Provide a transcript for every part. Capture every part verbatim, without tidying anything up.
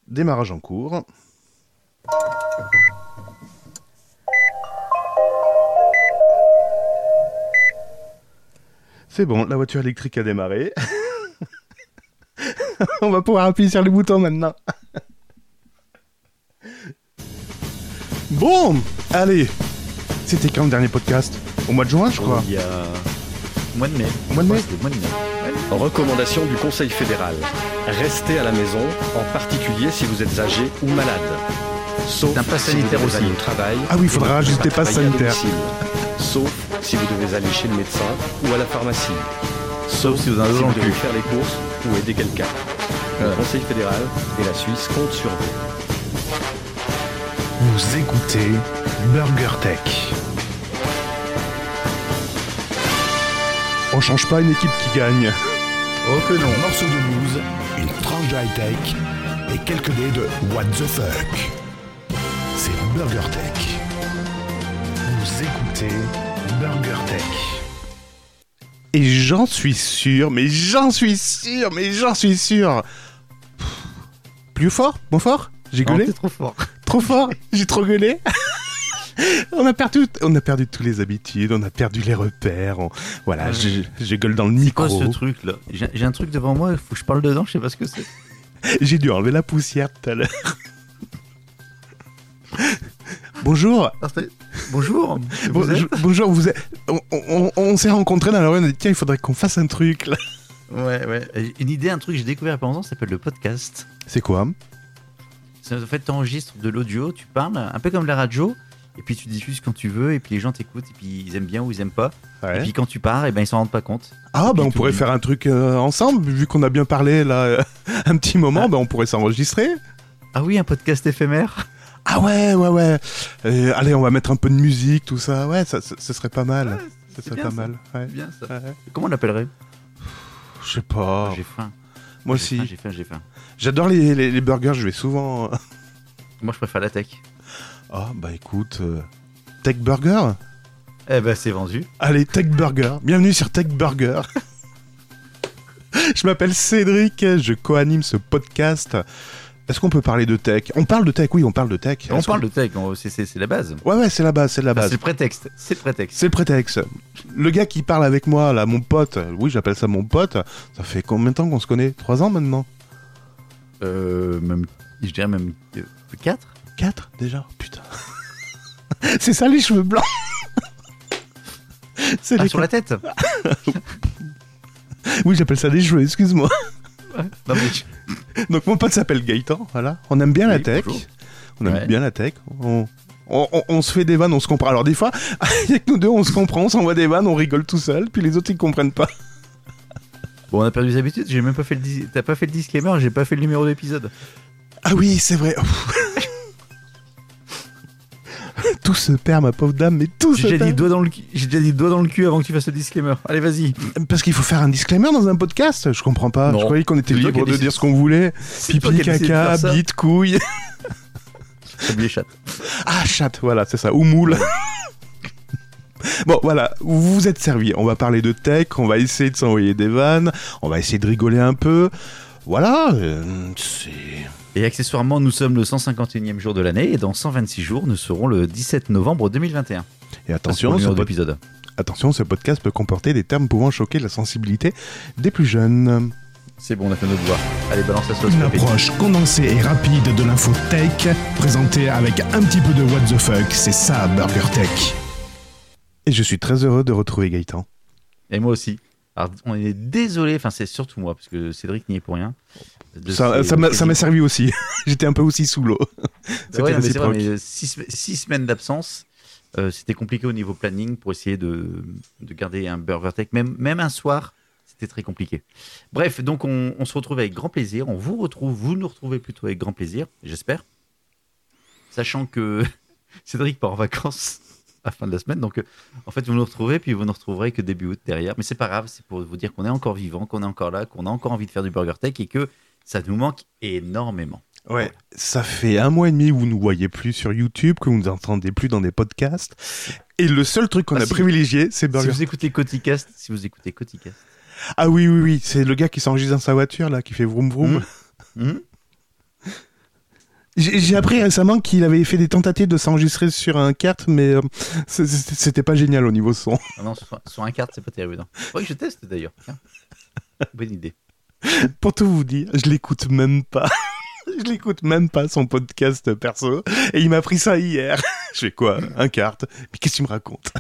Démarrage en cours. C'est bon, la voiture électrique a démarré. On va pouvoir appuyer sur les boutons maintenant. Bon, allez. C'était quand le dernier podcast ? Au mois de juin, je crois. Il y a... mois de mai. Au mois de mai. Ouais, c'était mois de mai. Recommandation du Conseil fédéral. Restez à la maison, en particulier si vous êtes âgé ou malade. Sauf un pass si sanitaire vous devez aussi. aller au travail. Ah oui, il et faudra ne pouvez rajouter pas pass travailler à sanitaire. domicile. Sauf si vous devez aller chez le médecin ou à la pharmacie. Sauf si vous en avez si dans vous le devez cul. faire les courses ou aider quelqu'un. Le Ouais. Conseil fédéral et la Suisse comptent sur vous. Vous écoutez Burger Tech. On change pas une équipe qui gagne. Oh que non. Un morceau de news, une tranche de high-tech et quelques dés de what the fuck. C'est Burger Tech. Vous écoutez Burger Tech. Et j'en suis sûr, mais j'en suis sûr, mais j'en suis sûr. Pff, Plus fort ? Moins fort ? J'ai Non, gueulé ? t'es trop fort. Trop fort ? J'ai trop gueulé ? On a perdu, on a perdu toutes les habitudes, on a perdu les repères. on- Voilà, Ouais. je, je gueule dans le C'est micro. quoi ce truc là j'ai, j'ai un truc devant moi, il faut que je parle dedans, je sais pas ce que c'est. J'ai dû enlever la poussière tout à l'heure. Bonjour. Ah, c'est- Bonjour. Vous Bon- êtes je- bonjour, vous êtes... on, on- on s'est rencontrés dans la rue, on a dit tiens, il faudrait qu'on fasse un truc là. Ouais, ouais. Une idée, un truc que j'ai découvert il y a pas longtemps, ça s'appelle le podcast. C'est quoi ? C'est, en fait, tu enregistres de l'audio, tu parles, un peu comme la radio, et puis tu diffuses quand tu veux, et puis les gens t'écoutent, et puis ils aiment bien ou ils aiment pas. Et puis quand tu pars, et ben ils s'en rendent pas compte. Ah, Et bah puis on tout pourrait le- faire un truc euh, ensemble, vu qu'on a bien parlé là euh, un petit moment, Ah. bah on pourrait s'enregistrer. Ah oui, un podcast éphémère. Ah ouais, ouais, ouais. Euh, allez, on va mettre un peu de musique, tout ça. Ouais, ça, ça- ce serait pas mal. Ouais, ce c'est serait bien, pas ça. mal. Ouais. C'est bien ça. Ouais, ouais. Comment on l'appellerait Je sais pas. J'ai faim. Moi J'ai faim, aussi. J'ai faim, j'ai faim. J'adore les, les, les burgers, je vais souvent. Moi, je préfère la tech. Ah, bah écoute. euh, Tech Burger ? Eh ben, c'est vendu. Allez, Tech Burger. Bienvenue sur Tech Burger. Je m'appelle Cédric, je co-anime ce podcast. Est-ce qu'on peut parler de tech ? On parle de tech, oui, on parle de tech. On Est-ce parle qu'on- de tech, on- c'est, c'est, c'est la base. Ouais, ouais, c'est la base, c'est la Enfin, base. c'est le prétexte. C'est le prétexte. C'est le prétexte. Le gars qui parle avec moi, là, mon pote, oui, j'appelle ça mon pote, ça fait combien de temps qu'on se connaît ? Trois ans maintenant ? Euh, même, je dirais même euh, quatre. Quatre déjà ? Putain. C'est ça les cheveux blancs. C'est Ah, les sur la tête. Oui, j'appelle ça des cheveux, excuse-moi. Non, mais- Donc mon pote s'appelle Gaëtan, voilà. On aime bien la Oui, tech. bonjour. On aime Ouais. bien la tech. On, on- on- on se fait des vannes, on se comprend. Alors des fois, avec nous deux, on se comprend, on s'envoie des vannes, on rigole tout seul, puis les autres, ils comprennent pas. Bon, on a perdu les habitudes. J'ai même pas fait le. dis- T'as pas fait le disclaimer. J'ai pas fait le numéro d'épisode. Ah oui, c'est vrai. Tout se perd, ma pauvre dame, mais tout J'ai se déjà dit perd. doigt dans le. cul- J'ai déjà dit doigt dans le cul avant que tu fasses le disclaimer. Allez, vas-y. Parce qu'il faut faire un disclaimer dans un podcast. Je comprends pas. Non. Je croyais qu'on était C'est toi libre qui as de décidé. dire ce qu'on voulait. C'est toi Pipi, qui as décidé de caca, faire ça. bite, couille. J'ai oublié chat. Ah, chatte, voilà, c'est ça. Ou moule. Bon, voilà, vous êtes servis. On va parler de tech, on va essayer de s'envoyer des vannes, on va essayer de rigoler un peu. Voilà, euh, c'est... Et accessoirement, nous sommes le cent cinquante et unième jour de l'année. Et dans cent vingt-six jours, nous serons le dix-sept novembre deux mille vingt et un. Et Ça, c'est pour attention, le ce numéro pod- d'épisode. attention, ce podcast peut comporter des termes pouvant choquer la sensibilité des plus jeunes. C'est bon, on a fait notre devoir. Allez, balance la sauce. Une Pépé. approche condensée et rapide de l'info tech, présentée avec un petit peu de what the fuck, c'est ça Burger Tech. Et je suis très heureux de retrouver Gaëtan. Et moi aussi. Alors, on est désolé, enfin, c'est surtout moi, parce que Cédric n'y est pour rien. De Ça, ces- ça m'a, quasi- ça m'a servi aussi. J'étais un peu aussi sous l'eau. C'était Ouais, non, mais c'est vrai, réciproque. mais six, six semaines d'absence, euh, c'était compliqué au niveau planning pour essayer de, de garder un Burger Tech. Même, même un soir, c'était très compliqué. Bref, donc on, on se retrouve avec grand plaisir. On vous retrouve, vous nous retrouvez plutôt avec grand plaisir, j'espère. Sachant que Cédric part en vacances à la fin de la semaine. Donc, euh, en fait, vous nous retrouvez, puis vous ne retrouverez que début août derrière. Mais c'est pas grave, c'est pour vous dire qu'on est encore vivant, qu'on est encore là, qu'on a encore envie de faire du Burger Tech et que ça nous manque énormément. Ouais, ça fait un mois et demi où vous nous voyez plus sur YouTube, que vous nous entendez plus dans des podcasts. Et le seul truc qu'on Ah, a si. privilégié, c'est Si Burger. vous écoutez Coticast, si vous écoutez Coticast, Ah oui, oui, oui, c'est le gars qui s'enregistre dans sa voiture, là, qui fait vroom vroom. Hmm. J'ai j'ai appris récemment qu'il avait fait des tentatives de s'enregistrer sur un carte, mais euh, c'est- c'est- c'était pas génial au niveau son. Ah non, sur, sur un carte, c'est pas terrible. Non. Faudrait que je teste d'ailleurs. Tiens. Bonne idée. Pour tout vous dire, je l'écoute même pas. Je l'écoute même pas, son podcast perso. Et il m'a pris ça hier. Je fais quoi? Un carte? Mais qu'est-ce que tu me racontes?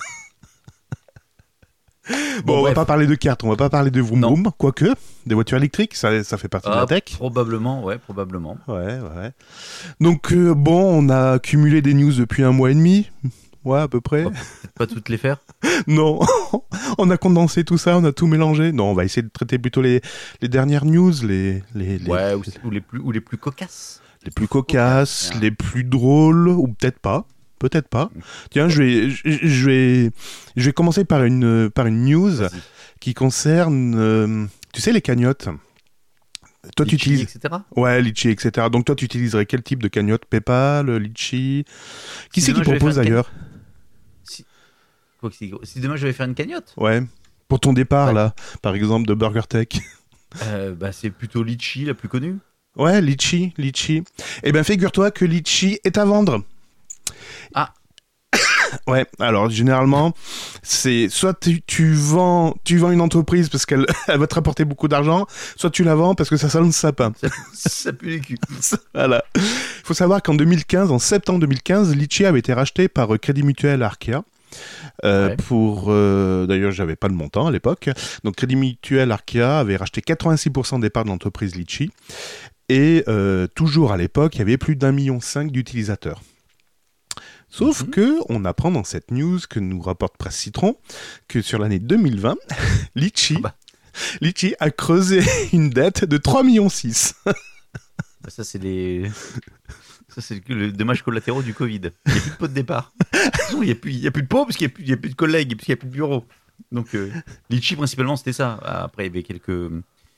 Bon, Bon, on va bref. pas parler de cartes, on va pas parler de vroom Non. vroom, quoique, des voitures électriques, ça, ça fait partie de Ah, la tech. probablement, ouais, probablement. Ouais, ouais. Donc, euh, bon, on a cumulé des news depuis un mois et demi. Ouais, à peu près. Peut-être pas toutes les faire. Non, on a condensé tout ça, on a tout mélangé. Non, on va essayer de traiter plutôt les, les dernières news, les, les, les, Ouais, ou, ou les plus, ou les plus cocasses. les plus cocasses, Cocasses. les plus drôles, ou peut-être pas. Peut-être pas. Tiens, je vais, je, je vais, je vais commencer par une, par une news Vas-y. qui concerne, euh, tu sais, les cagnottes. Toi, tu Litchi, utilises. et cetera. Ouais, Litchi, et cetera. Donc, toi, tu utiliserais quel type de cagnotte? PayPal, Litchi? Qui Si c'est qui demain, je vais propose faire une d'ailleurs? Si... Quoi que si... si demain je vais faire une cagnotte, Ouais. Pour ton départ, Ouais. là, par exemple, de BurgerTech. euh, bah, c'est plutôt Litchi la plus connue. Ouais, Litchi, Litchi. Eh bien, figure-toi que Litchi est à vendre. Ah. Ouais, alors généralement, c'est soit tu, tu vends, tu vends une entreprise parce qu'elle elle va te rapporter beaucoup d'argent, soit tu la vends parce que ça sent le sapin. Ça, ça pue les culs. Voilà. Il faut savoir qu'en deux mille quinze, en septembre deux mille quinze, Litchi avait été racheté par euh, Crédit Mutuel Arkea. Euh, Ouais. Pour euh, d'ailleurs, j'avais pas le montant à l'époque. Donc, Crédit Mutuel Arkea avait racheté quatre-vingt-six pour cent des parts de l'entreprise Litchi. Et euh, toujours à l'époque, il y avait plus d'un million cinq d'utilisateurs. Sauf Mhm. que on apprend dans cette news que nous rapporte Presse Citron que sur l'année deux mille vingt, Litchi, Ah bah. Litchi a creusé une dette de trois virgule six millions. Bah, ça, c'est les. Ça, c'est le le dommage collatéraux du Covid. Il n'y a plus de pot de départ. Non, il n'y a, plus- il y a plus de pot parce qu'il n'y a, plus- il y a plus de collègues, parce qu'il n'y a plus de bureau. Donc, euh, Litchi, principalement, c'était ça. Après, il y avait quelques,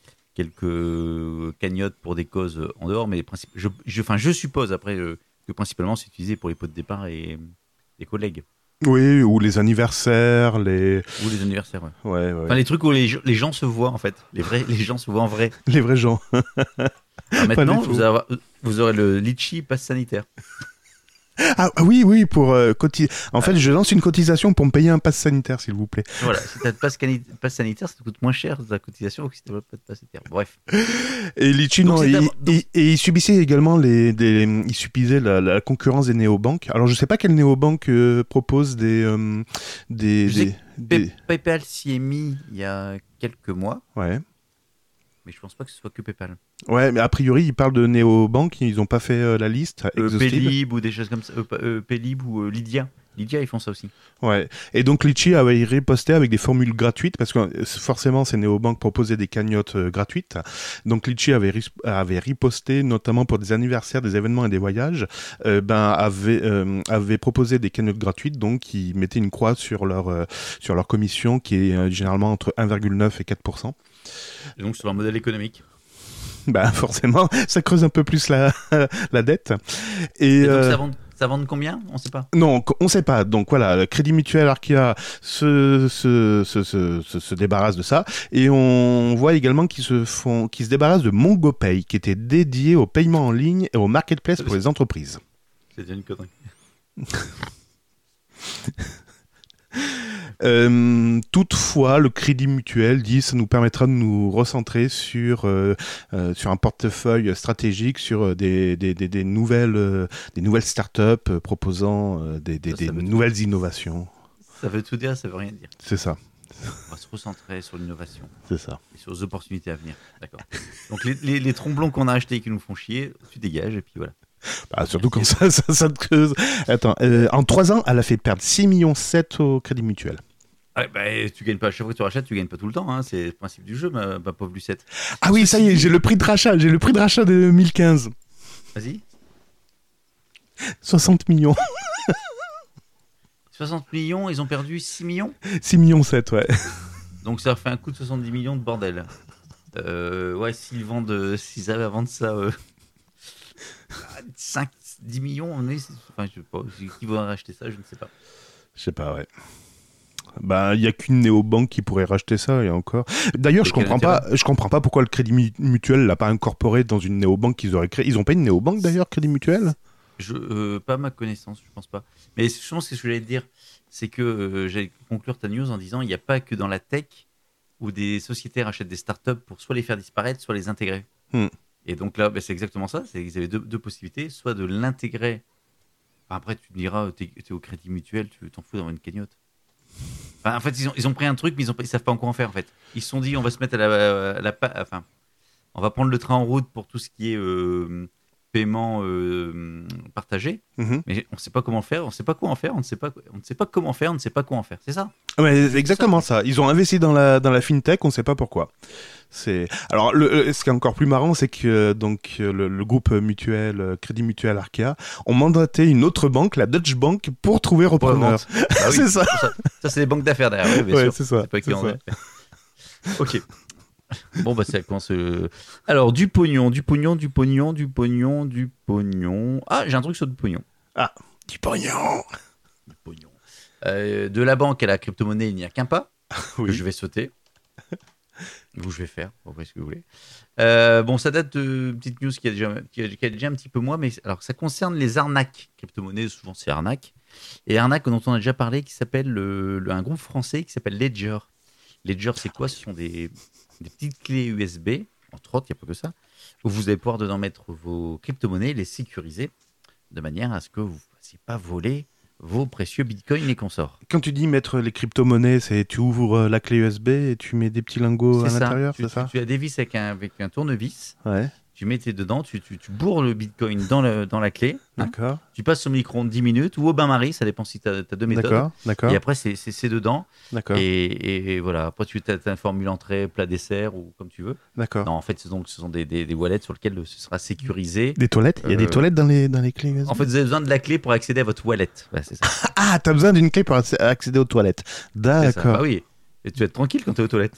quelques cagnottes pour des causes en dehors, mais princip- je, je, enfin, je suppose, après, euh, que principalement, c'est utilisé pour les pots de départ et les collègues. Oui, ou les anniversaires, les... Ou les anniversaires, ouais. Ouais, ouais. Enfin, les trucs où les, les gens se voient, en fait. Les, vrais, les gens se voient en vrai. les vrais gens. Alors maintenant, les faux. vous, avez- vous aurez le Litchi pass sanitaire. Ah ah oui, oui, pour euh, coti- En fait, je lance une cotisation pour me payer un pass sanitaire, s'il vous plaît. Voilà, si tu as le pass, cani- pass sanitaire, ça te coûte moins cher ta cotisation que si tu n'as pas de pass sanitaire. Bref. Et Litchi, Donc non, c'est il, d'abord- donc- il- et il subissait également les, des, il subissait la, la concurrence des néobanques. Alors, je sais pas quelle néobanque euh, propose des, euh, des, Je sais des, Pay- des- PayPal s'y est mis il y a quelques mois, ouais, mais je pense pas que ce soit que PayPal. ouais, mais a priori, ils parlent de néobanques, ils ont pas fait euh, la liste Euh, exhaustive. Paylib ou des choses comme ça. Euh, pas- euh, Paylib ou euh, Lydia. Lydia, ils font ça aussi. Ouais. Et donc Litchi avait riposté avec des formules gratuites parce que euh, forcément ces néobanques proposaient des cagnottes euh, gratuites. Donc Litchi avait, ris- avait riposté notamment pour des anniversaires, des événements et des voyages. Euh, ben avait euh, avait proposé des cagnottes gratuites donc qui mettaient une croix sur leur euh, sur leur commission qui est euh, généralement entre un virgule neuf et quatre pour cent. Et donc sur leur modèle économique. Ben forcément ça creuse un peu plus la la dette. Et, Et donc euh, ça vend, ça vend de combien? On sait pas. Non, on sait pas. Donc voilà, le Crédit Mutuel Arkea se, se, se, se, se, se débarrasse de ça. Et on voit également qu'ils se, font, qu'ils se débarrassent de MongoPay, qui était dédié au paiement en ligne et au marketplace pour les entreprises. C'est déjà une connerie. Euh, toutefois, le Crédit Mutuel dit que ça nous permettra de nous recentrer sur, euh, euh, sur un portefeuille stratégique, sur euh, des, des, des, des, nouvelles, euh, des nouvelles startups euh, proposant euh, des, des, Ça, ça des veut tout nouvelles innovations. Ça veut tout dire, ça veut rien dire. C'est ça, On va se recentrer sur l'innovation c'est ça. et sur les opportunités à venir. D'accord. Donc les, les, les tromblons qu'on a achetés et qui nous font chier, tu dégages et puis voilà. Bah, surtout quand ça, ça, ça te creuse. Attends, euh, en trois ans, elle a fait perdre six virgule sept millions au Crédit Mutuel. Ouais, bah, tu gagnes pas à chaque fois que tu rachètes, tu gagnes pas tout le temps. Hein. C'est le principe du jeu, ma, ma pauvre Lucette. Ah oui, ça y est, j'ai le prix de rachat, j'ai le prix de rachat de deux mille quinze. Vas-y. soixante millions. soixante millions, ils ont perdu six millions. six virgule sept millions, ouais. Donc ça fait un coût de soixante-dix millions de bordel. Euh, ouais, s'ils vendent, s'ils avaient à vendre ça euh, cinq, dix millions, on est, enfin, je sais pas, qui va racheter ça, je ne sais pas. Je sais pas, ouais. Ben, il y a qu'une néobanque qui pourrait racheter ça et encore. D'ailleurs, Et je quel comprends intérêt pas. Je comprends pas pourquoi le Crédit Mu- Mutuel l'a pas incorporé dans une néobanque qu'ils auraient créée. Ils ont pas une néobanque d'ailleurs, Crédit Mutuel. Je, euh, pas à ma connaissance, je pense pas. Mais je pense que ce que j'allais te dire, c'est que euh, j'allais conclure ta news en disant il n'y a pas que dans la tech où des sociétés rachètent des startups pour soit les faire disparaître, soit les intégrer. Hmm. Et donc là, bah, c'est exactement ça. C'est qu'ils avaient deux, deux possibilités, soit de l'intégrer. Enfin, après, tu te diras, t'es, t'es au Crédit Mutuel, tu t'en fous d'avoir une cagnotte. Enfin, en fait, ils ont, ils ont pris un truc, mais ils ne savent pas encore en faire. En fait, ils se sont dit, on va se mettre à la, à la, pa- enfin, on va prendre le train en route pour tout ce qui est euh, paiement euh, partagé, Mhm. mais on ne sait pas comment faire, on ne sait pas quoi en faire, on ne sait pas, on ne sait pas comment faire, on ne sait pas quoi en faire. C'est ça. Ouais, c'est exactement ça. Ils ont investi dans la dans la fintech, on sait pas pourquoi. C'est alors le, le- ce qui est encore plus marrant, c'est que euh, donc euh, le, le groupe mutuel euh, Crédit Mutuel Arkea ont mandaté une autre banque, la Deutsche Bank, pour trouver repreneur. Pour Ah oui, C'est ça. ça. Ça, c'est des banques d'affaires derrière. Oui, bien Ouais, sûr. c'est ça, C'est pas c'est équivalent ça. d'affaires. Ok. Bon, bah, ça commence. euh, Alors, du pognon, du pognon, du pognon, du pognon, du pognon. Ah, j'ai un truc sur du pognon. Du pognon. Du pognon. Euh, de la banque à la crypto-monnaie, il n'y a qu'un pas. Oui. Que je vais sauter. Ou je vais faire, vous voyez ce que vous voulez. Euh, bon, ça date de petite news qui a, déjà, qui, a, qui a déjà un petit peu moins, mais alors ça concerne les arnaques. Crypto-monnaie, souvent c'est arnaque. Et arnaque dont on a déjà parlé, qui s'appelle le, le- un groupe français qui s'appelle Ledger. Ledger, c'est quoi? Ce sont des, des petites clés U S B, entre autres, il n'y a pas que ça, où vous allez pouvoir dedans mettre vos crypto-monnaies, les sécuriser, de manière à ce que vous ne fassiez pas voler vos précieux bitcoins et consorts. Quand tu dis mettre les crypto-monnaies, c'est tu ouvres euh, la clé U S B et tu mets des petits lingots à C'est ça. l'intérieur, Tu, c'est ça? tu, tu la dévisses avec un, avec un tournevis. Ouais, Tu mets tes dedans, tu, tu, tu bourres le bitcoin dans, le, dans la clé, hein. d'accord, Tu passes au micro-ondes dix minutes ou au bain-marie, ça dépend si tu as deux méthodes. d'accord, d'accord, Et après, c'est, c'est, c'est dedans. d'accord, Et, et, et voilà, après, tu as un formule entrée, plat dessert ou comme tu veux. d'accord. Non, en fait, ce sont, ce sont des, des, des wallets sur lesquels ce sera sécurisé. Des toilettes? Il y a des Euh, toilettes dans les, dans les clés U S B? En fait, vous avez besoin de la clé pour accéder à votre wallet. Ouais, c'est ça. Ah, t'as besoin d'une clé pour acc- accéder aux toilettes. C'est ça. D'accord, Bah oui. Et tu vas être tranquille quand tu es aux toilettes.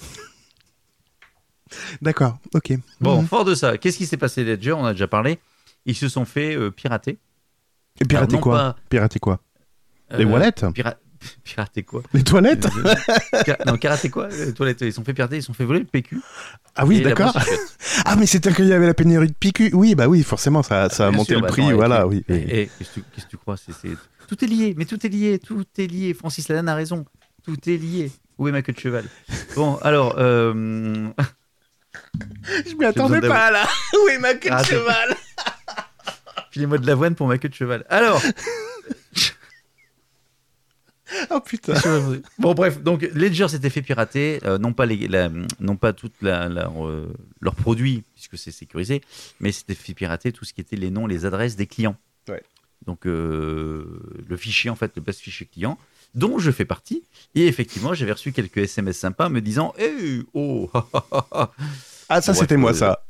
d'accord, ok. Bon, Mhm. fort de ça, qu'est-ce qui s'est passé Ledger? On a déjà parlé. Ils se sont fait euh, pirater. Et pirater Alors, non quoi? pas, Pirater quoi? Les euh, wallets? pira- Pirater quoi? Les toilettes? Car- Non, karaté quoi? Les toilettes, ils se sont fait pirater, ils se sont fait voler le P Q. Ah oui, et la d'accord. brosse à chiottes. Ah, mais c'était qu'il y avait la pénurie de P Q. Oui, bah oui, forcément, ça, ça a Bien monté sûr, le bah prix, attends, et voilà, tu- oui. et- et qu'est-ce que tu- qu'est-ce que tu crois? c'est, c'est... Tout est lié, mais tout est lié, tout est lié. Francis Lalanne a raison, tout est lié. Où est ma queue de cheval? Bon, alors, euh... Je m'y attendais besoin pas, là. Où est ma queue Ah, de c'est- cheval? filez-moi de l'avoine pour ma queue de cheval. Alors, Oh putain. bon bref, donc Ledger s'était fait pirater, euh, non pas les, la, non pas toute la, la, euh, leurs produits puisque c'est sécurisé, mais c'était fait pirater tout ce qui était les noms, les adresses des clients. Ouais. Donc euh, le fichier en fait, le base fichier client, dont je fais partie. Et effectivement, j'avais reçu quelques S M S sympas me disant, eh oh, ha, ha, ha, ha. Ah, ça, Bref, c'était moi, euh, ça.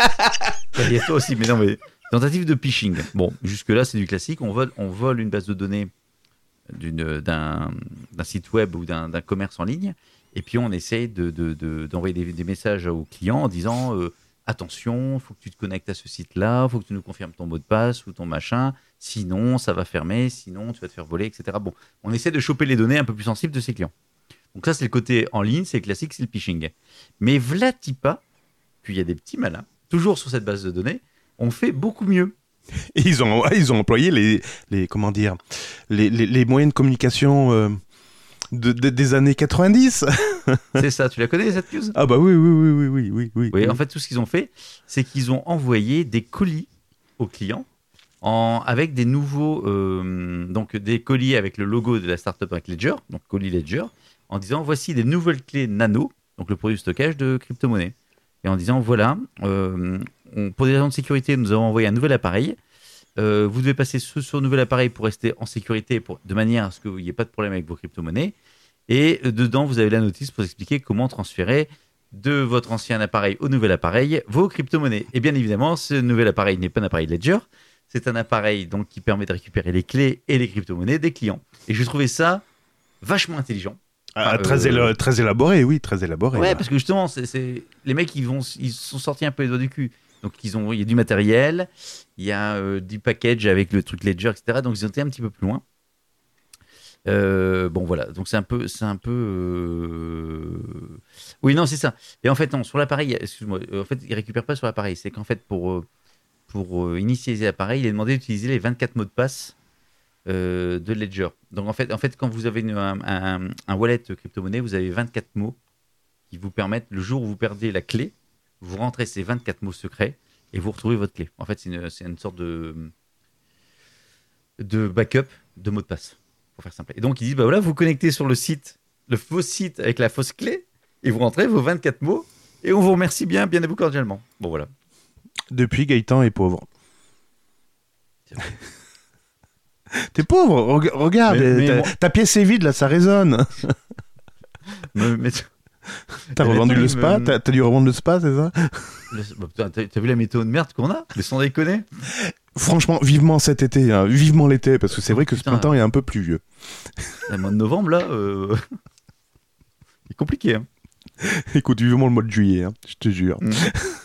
Il y a toi aussi, mais non, mais tentative de phishing. Bon, jusque-là, c'est du classique. On vole, on vole une base de données d'une, d'un, d'un site web ou d'un, d'un commerce en ligne, et puis on essaye de, de, de- d'envoyer des, des messages aux clients en disant euh, attention, il faut que tu te connectes à ce site-là, il faut que tu nous confirmes ton mot de passe ou ton machin, sinon ça va fermer, sinon tu vas te faire voler, et cetera. Bon, on essaie de choper les données un peu plus sensibles de ses clients. Donc ça, c'est le côté en ligne, c'est classique, c'est le phishing. Mais v'là-t-il pas qu'il y a des petits malins, toujours sur cette base de données, on fait beaucoup mieux. Et ils ont, ils ont employé les, les comment dire, les, les, les moyens de communication euh, de, de- des années quatre-vingt-dix. C'est ça, tu la connais cette news? Ah bah oui, oui, oui, oui, oui, oui, oui. Oui, en fait, tout ce qu'ils ont fait, c'est qu'ils ont envoyé des colis aux clients en, avec des nouveaux, euh, donc des colis avec le logo de la startup avec Ledger, donc colis Ledger, en disant voici des nouvelles clés nano, donc le produit de stockage de crypto-monnaie. Et en disant voilà, euh, on- pour des raisons de sécurité, nous avons envoyé un nouvel appareil. Euh, vous devez passer ce, ce nouvel appareil pour rester en sécurité, pour, de manière à ce qu'il n'y ait pas de problème avec vos crypto-monnaies. Et euh, dedans, vous avez la notice pour expliquer comment transférer de votre ancien appareil au nouvel appareil vos crypto-monnaies. Et bien évidemment, ce nouvel appareil n'est pas un appareil Ledger, c'est un appareil donc, qui permet de récupérer les clés et les crypto-monnaies des clients. Et j'ai trouvé ça vachement intelligent. Ah, Enfin, très, euh, éla- très élaboré, oui, très élaboré. Ouais, là. parce que justement, c'est, c'est... les mecs, ils, vont, ils se sont sortis un peu les doigts du cul. Donc, ils ont... il y a du matériel, il y a euh, du package avec le truc Ledger, et cetera. Donc, ils ont été un petit peu plus loin. Euh, bon voilà, donc c'est un peu, c'est un peu. euh, Oui non c'est ça. Et en fait non sur l'appareil, excuse-moi, en fait il récupère pas sur l'appareil. C'est qu'en fait pour euh, pour euh, initialiser l'appareil, il est demandé d'utiliser les vingt-quatre mots de passe euh, de Ledger. Donc en fait, en fait quand vous avez une- un, un, un wallet crypto-monnaie, vous avez vingt-quatre mots qui vous permettent le jour où vous perdez la clé, vous rentrez ces vingt-quatre mots secrets et vous retrouvez votre clé. En fait c'est une, c'est une sorte de de backup de mots de passe. Pour faire simple. Et donc, ils disent, bah voilà, vous connectez sur le site, le faux site avec la fausse clé, et vous rentrez vos vingt-quatre mots, et on vous remercie bien, bien à vous cordialement. Bon, voilà. Depuis, Gaëtan est pauvre. T'es pauvre, reg- regarde, Mais- mais ta, moi- ta pièce est vide là, ça résonne. Mais, mais- T'as Mais revendu attends, le il spa, me- t'as, t'as dû revendre le spa, c'est ça? le- bah, putain, t'as, t'as vu la météo de merde qu'on a? Mais sans déconner. Franchement, vivement cet été, hein, vivement l'été, parce que c'est vrai que ce Putain. printemps est un peu pluvieux. Le mois de novembre, là, euh... c'est compliqué. Hein. Écoute, vivement le mois de juillet, hein, je te jure. Mm.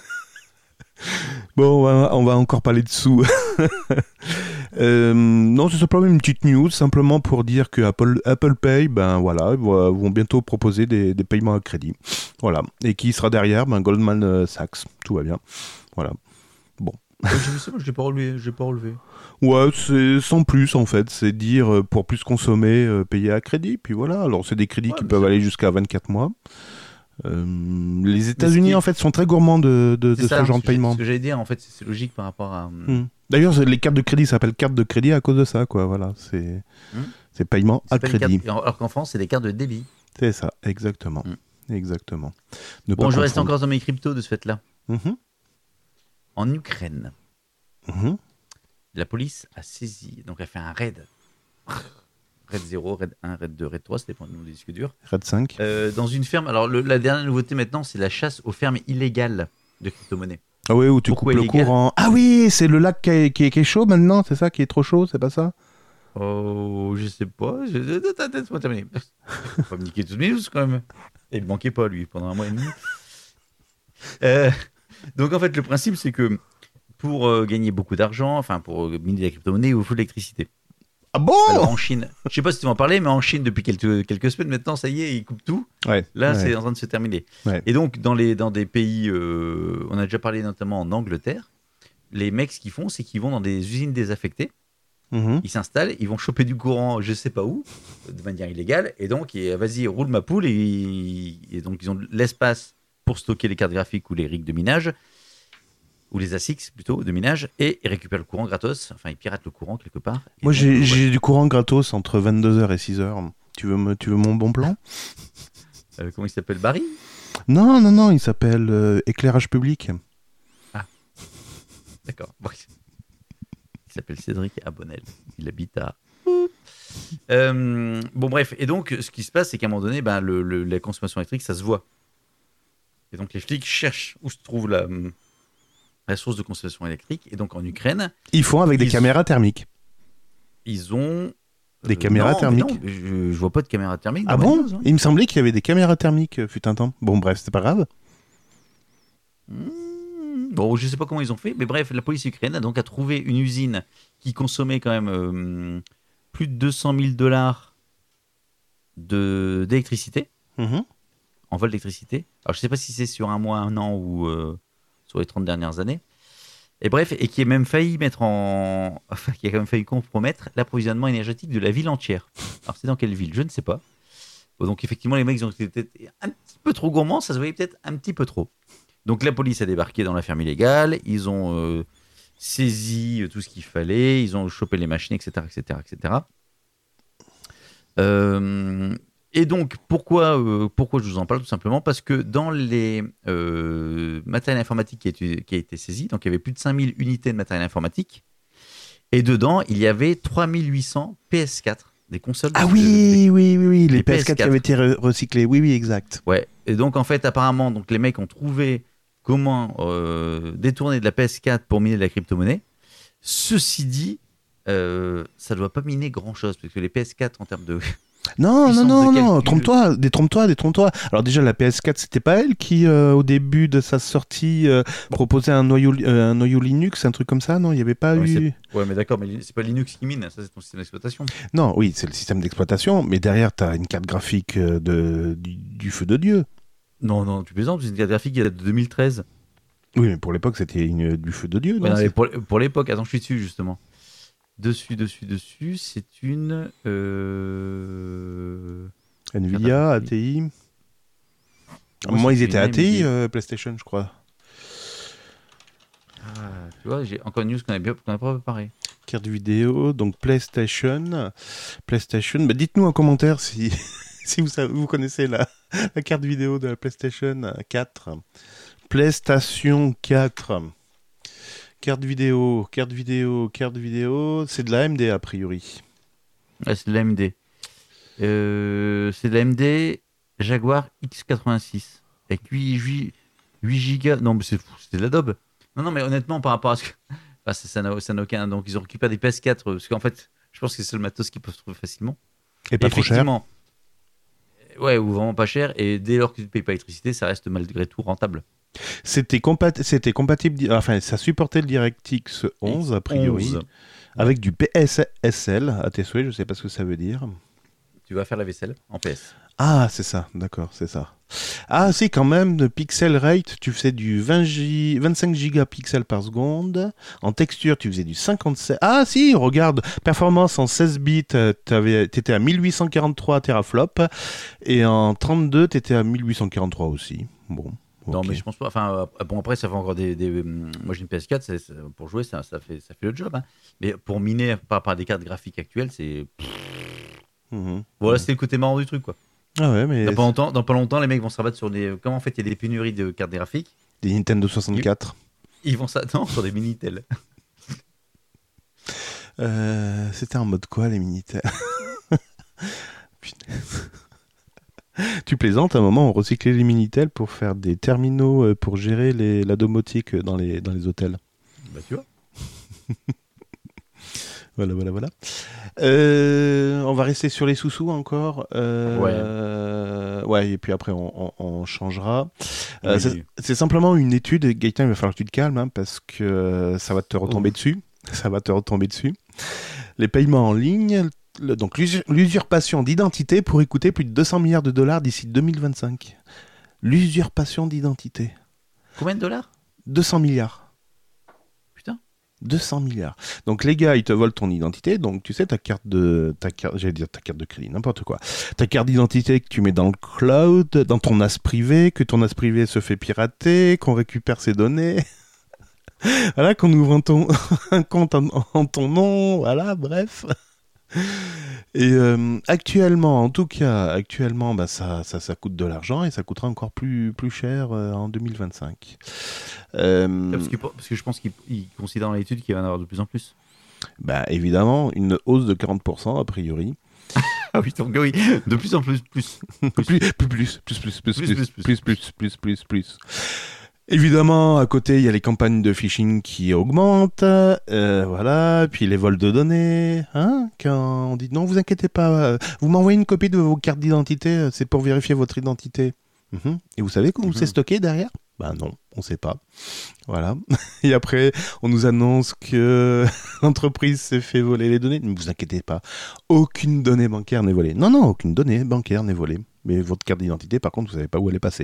Bon, on va, on va encore parler de sous. Euh, non, c'est simplement une petite news, simplement pour dire que Apple, Apple Pay, ben voilà, va- vont bientôt proposer des, des paiements à crédit. Voilà. Et qui sera derrière? Ben Goldman euh, Sachs. Tout va bien. Voilà. Ouais, j'ai vu ça, moi, je l'ai pas relevé. Je l'ai pas relevé. Ouais, c'est sans plus en fait. C'est dire euh, pour plus consommer, euh, payer à crédit. Puis voilà. Alors c'est des crédits Ouais, qui mais peuvent c'est- aller jusqu'à vingt-quatre mois. Euh, les États-Unis qui est- en fait sont très gourmands de, de, C'est de ça, ce genre ce de que j'ai- paiement. Ce que j'allais dire, en fait, c'est, c'est logique par rapport à. Hmm. D'ailleurs, c'est- les cartes de crédit s'appellent cartes de crédit à cause de ça, quoi. Voilà, c'est Hmm. c'est paiement C'est à pas une crédit. carte- Alors qu'en France, c'est des cartes de débit. C'est ça, exactement, Hmm. exactement. Ne Bon, pas je reste confondre. encore dans mes cryptos de ce fait-là. Mhm, En Ukraine, mhm. la police a saisi, donc elle a fait un raid. Raid zéro, raid un, raid deux, raid trois, ça dépend du nom des disques durs. Red cinq. Euh, dans une ferme, alors le- la dernière nouveauté maintenant, c'est la chasse aux fermes illégales de crypto-monnaies. Ah oui, où tu Pourquoi coupes le illégal courant. Ah oui, c'est le lac qui est, qui est- qui est chaud maintenant, c'est ça, qui est trop chaud, c'est pas ça? Oh, je sais pas. Je... Laisse-moi terminer. Faut pas me niquer toutes mes news quand même. Et il me manquait pas, lui, pendant un mois et demi. Euh, donc en fait, le principe, c'est que pour euh, gagner beaucoup d'argent, enfin pour euh, miner la crypto-monnaie, il vous faut de l'électricité. Ah bon? Alors en Chine, je sais pas si tu m'en parlais, mais en Chine, depuis quelques, quelques semaines maintenant, ça y est, ils coupent tout. Ouais. Là, ouais. c'est en train de se terminer. Ouais. Et donc, dans, les, dans des pays, euh, on a déjà parlé notamment en Angleterre, les mecs, ce qu'ils font, c'est qu'ils vont dans des usines désaffectées, Mhm. ils s'installent, ils vont choper du courant, je sais pas où, de manière illégale, et donc, et, vas-y, roule ma poule, et, et donc, ils ont de l'espace pour stocker les cartes graphiques ou les rigs de minage, ou les A S I C plutôt, de minage, et ils récupèrent le courant gratos, enfin, ils piratent le courant quelque part. Et Moi, donc, j'ai ouais. j'ai du courant gratos entre vingt-deux heures et six heures. Tu veux, me, tu veux mon bon plan? Euh, comment il s'appelle, Barry? Non, non, non, il s'appelle euh, éclairage public. D'accord. Bon, il s'appelle Cédric Abonnel. Il habite à. Euh, bon, bref. Et donc, ce qui se passe, c'est qu'à un moment donné, ben, le, le- la consommation électrique, ça se voit. Et donc, les flics cherchent où se trouve la, la source de consommation électrique. Et donc, en Ukraine, Ils font avec des Ils- caméras thermiques. ils ont. Des Euh, caméras non, mais thermiques. non, je, je vois pas de caméra thermique. Ah dans ma bon? news, hein. Il me semblait qu'il y avait des caméras thermiques, euh, fut un temps. Bon, bref, c'est pas grave. Hmm, Bon, je sais pas comment ils ont fait, mais bref, la police ukrainienne a donc a trouvé une usine qui consommait quand même euh, plus de deux cent mille dollars de d'électricité, Mhm. en vol d'électricité. Alors, je sais pas si c'est sur un mois, un an ou euh, sur les trente dernières années. Et bref, et qui a même failli mettre en, enfin, qui a quand même failli compromettre l'approvisionnement énergétique de la ville entière. Alors, c'est dans quelle ville? Je ne sais pas. Bon, donc, effectivement, les mecs ils ont été peut-être un petit peu trop gourmands, ça se voyait peut-être un petit peu trop. Donc la police a débarqué dans la ferme illégale, ils ont euh, saisi tout ce qu'il fallait, ils ont chopé les machines, et cetera, et cetera, et cetera. Euh, et donc pourquoi, euh, pourquoi je vous en parle? Tout simplement parce que dans les euh, matériels informatiques qui a, été, qui a été saisi, donc il y avait plus de cinq mille unités de matériel informatique, et dedans il y avait trois mille huit cents P S quatre, des consoles. Ah de- oui, oui, oui, oui, les, les P S quatre, qui P S quatre. avaient été re- recyclés. Oui, oui, exact. Ouais, et donc en fait, apparemment, donc, les mecs ont trouvé comment euh, détourner de la P S quatre pour miner de la crypto-monnaie. Ceci dit, euh, ça ne doit pas miner grand-chose, parce que les P S quatre, en termes de, Non, non, Puissance non, de non, calcul. trompe-toi, détrompe-toi, détrompe-toi. Alors déjà, la P S quatre, c'était pas elle qui, euh, au début de sa sortie, euh, proposait un noyau, euh, un noyau Linux, un truc comme ça, non? Il n'y avait pas Ouais, mais eu... Ouais, mais d'accord, mais c'est pas Linux qui mine, ça c'est ton système d'exploitation. Non, oui, c'est le système d'exploitation, mais derrière, tu as une carte graphique euh, de, du, du feu de Dieu. Non, non, tu plaisantes, c'est une carte graphique qui date de deux mille treize. Oui, mais pour l'époque, c'était une, du feu de Dieu, Ouais, non? non, mais C'est- pour, pour l'époque, attends, je suis dessus justement. Dessus, dessus, dessus, c'est une. Euh... Nvidia, Carte A T I... À un Moi, moment, ils c'est étaient une A T I, A M D. euh, PlayStation, je crois. Ah, tu vois, j'ai encore une news qu'on a bien, qu'on a pas préparée. Carte vidéo, donc PlayStation. PlayStation, bah, dites-nous en commentaire si, si vous, savez- vous connaissez la, la carte vidéo de la PlayStation quatre. PlayStation quatre. Carte vidéo, carte vidéo, carte vidéo. C'est de la A M D a priori. Ouais, c'est de l'A M D. Euh, c'est de l'A M D Jaguar X quatre-vingt-six. Avec huit gigas. Non, mais c'est fou, c'était de l'Adobe. Non, non, mais honnêtement, par rapport à ce que. Enfin, ça ça n'a ça n'a aucun. Donc, ils ont récupéré des P S quatre. euh, Parce qu'en fait, je pense que c'est le matos qu'ils peuvent trouver facilement. Et pas trop cher. Effectivement. Ouais, ou vraiment pas cher. Et dès lors que tu ne payes pas l'électricité, ça reste malgré tout rentable. C'était compat- c'était compatible, di- enfin, ça supportait le DirectX onze a priori, onze. avec du P S S L à tes souhaits, je sais pas ce que ça veut dire. Tu vas faire la vaisselle en P S. Ah, c'est ça, d'accord, c'est ça. Ah, si, quand même, de pixel rate, tu faisais du vingt G... vingt-cinq gigapixels par seconde. En texture, tu faisais du cinquante-sept. Ah, si, regarde, performance en seize bits, euh, t'avais... t'étais à mille huit cent quarante-trois teraflops. Et en trente-deux, t'étais à mille huit cent quarante-trois aussi. Bon. Non, ok. mais je pense pas. Enfin, euh, bon, après, ça fait encore des. des- hum, moi, j'ai une P S quatre, c'est- c'est- pour jouer, ça, ça, fait, ça fait le job. Hein. Mais pour miner par, par des cartes graphiques actuelles, c'est. Mhm. Voilà, c'était le côté marrant du truc, quoi. Ah ouais, mais Dans pas, longtemps, dans pas longtemps, les mecs vont se rabattre sur des. Comment en fait, il y a des pénuries de cartes graphiques. des Nintendo soixante-quatre. Ils vont s'attendre sur des Minitel. Euh, c'était en mode quoi, les Minitel? Putain. Tu plaisantes, à un moment, on recyclait les Minitel pour faire des terminaux euh, pour gérer les, la domotique dans les, dans les hôtels. Bah, tu vois. Voilà, voilà, voilà. Euh, on va rester sur les sous-sous encore. Euh, ouais. Et puis après, on, on- on changera. Euh, Oui. c'est- C'est simplement une étude. Gaëtan, il va falloir que tu te calmes hein, parce que euh, ça va te retomber Oh. dessus. Ça va te retomber dessus. Les paiements en ligne, le- donc l'usur- l'usurpation d'identité pourrait coûter plus de deux cents milliards de dollars d'ici deux mille vingt-cinq. L'usurpation d'identité. Combien de dollars? deux cents milliards. Putain. deux cents milliards. Donc les gars, ils te volent ton identité. Donc tu sais ta carte de ta carte, j'allais dire ta carte de crédit, n'importe quoi. Ta carte d'identité que tu mets dans le cloud, dans ton NAS privé, que ton NAS privé se fait pirater, qu'on récupère ses données. Voilà, qu'on ouvre un, ton- un compte en, en ton nom, voilà, bref. Et euh, actuellement, en tout cas, actuellement, bah, ça, ça, ça coûte de l'argent et ça coûtera encore plus, plus cher euh, en deux mille vingt-cinq. Euh, Parce que, parce que je pense qu'ils ils considèrent dans l'étude qu'il va y en avoir de plus en plus. Bah évidemment, une hausse de quarante pour cent a priori. Ah oui, donc oui, de plus en plus, plus. Plus, plus, plus, plus, plus, plus, plus, plus, Plus, plus, plus, plus, plus, plus, plus, plus. Évidemment, à côté, il y a les campagnes de phishing qui augmentent, euh, voilà, puis les vols de données, hein, quand on dit non, vous inquiétez pas, euh, vous m'envoyez une copie de vos cartes d'identité, euh, c'est pour vérifier votre identité. Mhm. Et vous savez où Mhm. c'est stocké derrière? Ben non, on sait pas. Voilà. Et après, on nous annonce que l'entreprise s'est fait voler les données. Ne vous inquiétez pas, aucune donnée bancaire n'est volée. Non, non, aucune donnée bancaire n'est volée. Mais votre carte d'identité, par contre, vous savez pas où elle est passée.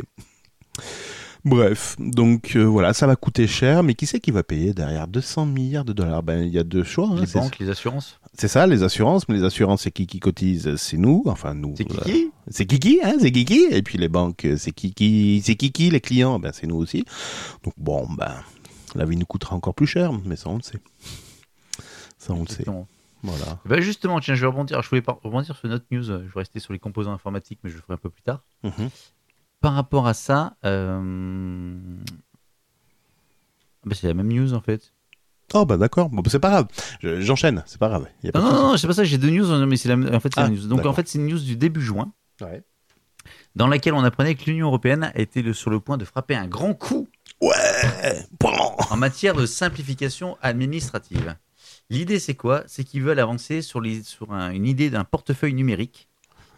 Bref, donc euh, voilà, ça va coûter cher, mais qui c'est qui va payer derrière deux cents milliards de dollars? Ben, il y a deux choix. hein, Les c'est- banques, les assurances. C'est ça, les assurances, mais les assurances, c'est qui qui cotise? C'est nous, enfin nous. C'est euh, Kiki. c'est Kiki, hein, c'est Kiki. Et puis les banques, euh, c'est Kiki, c'est Kiki, les clients, ben c'est nous aussi. Donc bon, ben la vie nous coûtera encore plus cher, mais ça on le sait. Ça on le sait. Exactement. Voilà. Bah justement, tiens, je vais rebondir. Je voulais pas rebondir sur notre news. Je vais rester sur les composants informatiques, mais je le ferai un peu plus tard. Mhm. Par rapport à ça, euh... bah, c'est la même news en fait. Oh bah d'accord, bon, bah, c'est pas grave. Je- J'enchaîne, c'est pas grave. Y a pas Non, de non, souci. non, c'est pas ça. J'ai deux news, mais c'est la... en fait c'est Ah, la news. Donc d'accord. en fait c'est une news du début juin, Ouais. dans laquelle on apprenait que l'Union européenne était le- sur le point de frapper un grand coup Ouais. Bon. en matière de simplification administrative. L'idée, c'est quoi? C'est qu'ils veulent avancer sur, les, sur un- une idée d'un portefeuille numérique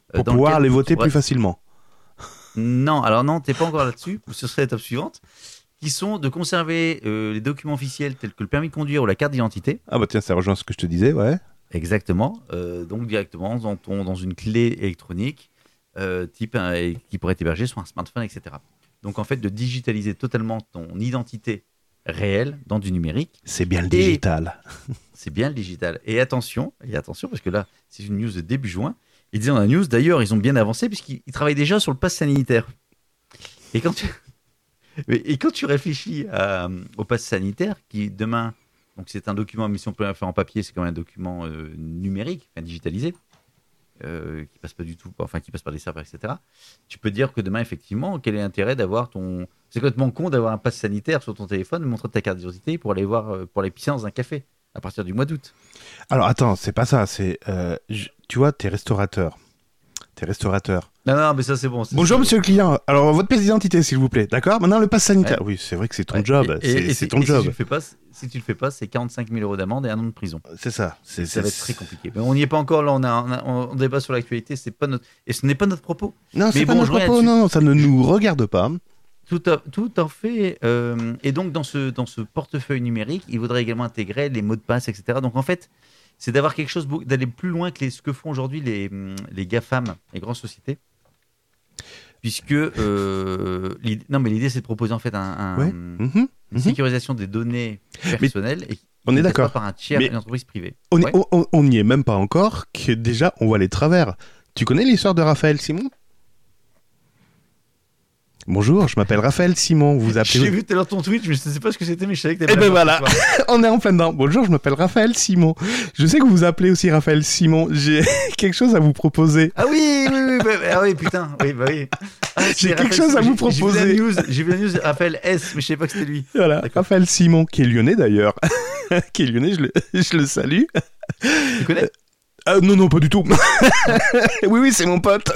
Pour dans pouvoir lequel les tu voter trouveras- plus facilement. Non, alors non, t'es pas encore là-dessus. Ce serait l'étape suivante, qui sont de conserver euh, les documents officiels tels que le permis de conduire ou la carte d'identité. Ah bah tiens, ça rejoint ce que je te disais, ouais. Exactement. Euh, donc directement dans ton dans une clé électronique, euh, type un- et qui pourrait être hébergée sur un smartphone, et cetera. Donc en fait, de digitaliser totalement ton identité réelle dans du numérique. C'est bien le Et- digital. C'est bien le digital. Et attention, et attention, parce que là, c'est une news de début juin. Ils disaient dans la news, d'ailleurs, ils ont bien avancé puisqu'ils ils travaillent déjà sur le pass sanitaire. Et quand tu, et quand tu réfléchis à- au pass sanitaire, qui demain, donc c'est un document, mais si on peut le faire en papier, c'est quand même un document euh, numérique, enfin digitalisé, euh, qui passe pas du tout, enfin qui passe par des serveurs, et cetera. Tu peux dire que demain, effectivement, quel est l'intérêt d'avoir ton, c'est complètement con d'avoir un pass sanitaire sur ton téléphone, montrer ta carte d'identité pour aller voir, euh, pour aller pisser dans un café à partir du mois d'août. Alors attends, c'est pas ça, c'est... euh, je- tu vois, t'es restaurateur. T'es restaurateur. Non, non, mais ça c'est bon. c'est- Bonjour c'est- monsieur le client, alors votre pièce d'identité s'il vous plaît, d'accord? Maintenant le pass sanitaire. Oui, c'est vrai que c'est ton Ouais. job, Et- c'est et- et c'est si- ton et job. Si tu le fais pas, si tu le fais pas, c'est quarante-cinq mille euros d'amende et un an de prison. C'est ça. C'est, Ça va c'est- être très compliqué. Mais on n'y est pas encore. Là, on, a, on, a- on débat sur l'actualité. C'est pas notre et ce n'est pas notre propos. Non, c'est Mais pas bon, notre je reviens propos, là-dessus. non, ça ne nous regarde pas. Tout à, tout en fait. euh, et donc dans ce dans ce portefeuille numérique, il faudrait également intégrer les mots de passe, et cetera. Donc en fait, c'est d'avoir quelque chose beau- d'aller plus loin que les, ce que font aujourd'hui les les GAFAM, les grandes sociétés. Puisque euh, l'idée- non, mais l'idée c'est de proposer en fait un, un- Ouais. une Mhm, mhm. sécurisation des données personnelles et On est qui ne passe d'accord. pas par un tiers, Mais- une entreprise privée. On Ouais. est- on- on n'y est même pas encore, que déjà on voit les travers. Tu connais l'histoire de Raphaël Simon? Bonjour, je m'appelle Raphaël Simon, vous J'ai appelez... vu tout à l'heure ton tweet, je ne sais pas ce que c'était, mais je savais que Eh t'avais ben pas voilà, ce soir. on est en plein dedans. Bonjour, je m'appelle Raphaël Simon. Je sais que vous vous appelez aussi Raphaël Simon. J'ai quelque chose à vous proposer. Ah oui, oui, oui, bah, ah oui, putain, oui, bah oui. Ah, c'est J'ai quelque Raphaël- chose à vous j'ai- J'ai vu la proposer. news, j'ai vu la news, Raphaël S, mais je savais pas que c'était lui. Voilà, D'accord. Raphaël Simon, qui est lyonnais d'ailleurs. qui est lyonnais, je le, je le salue. Tu connais? Ah, non, non, pas du tout. oui, oui, c'est mon pote.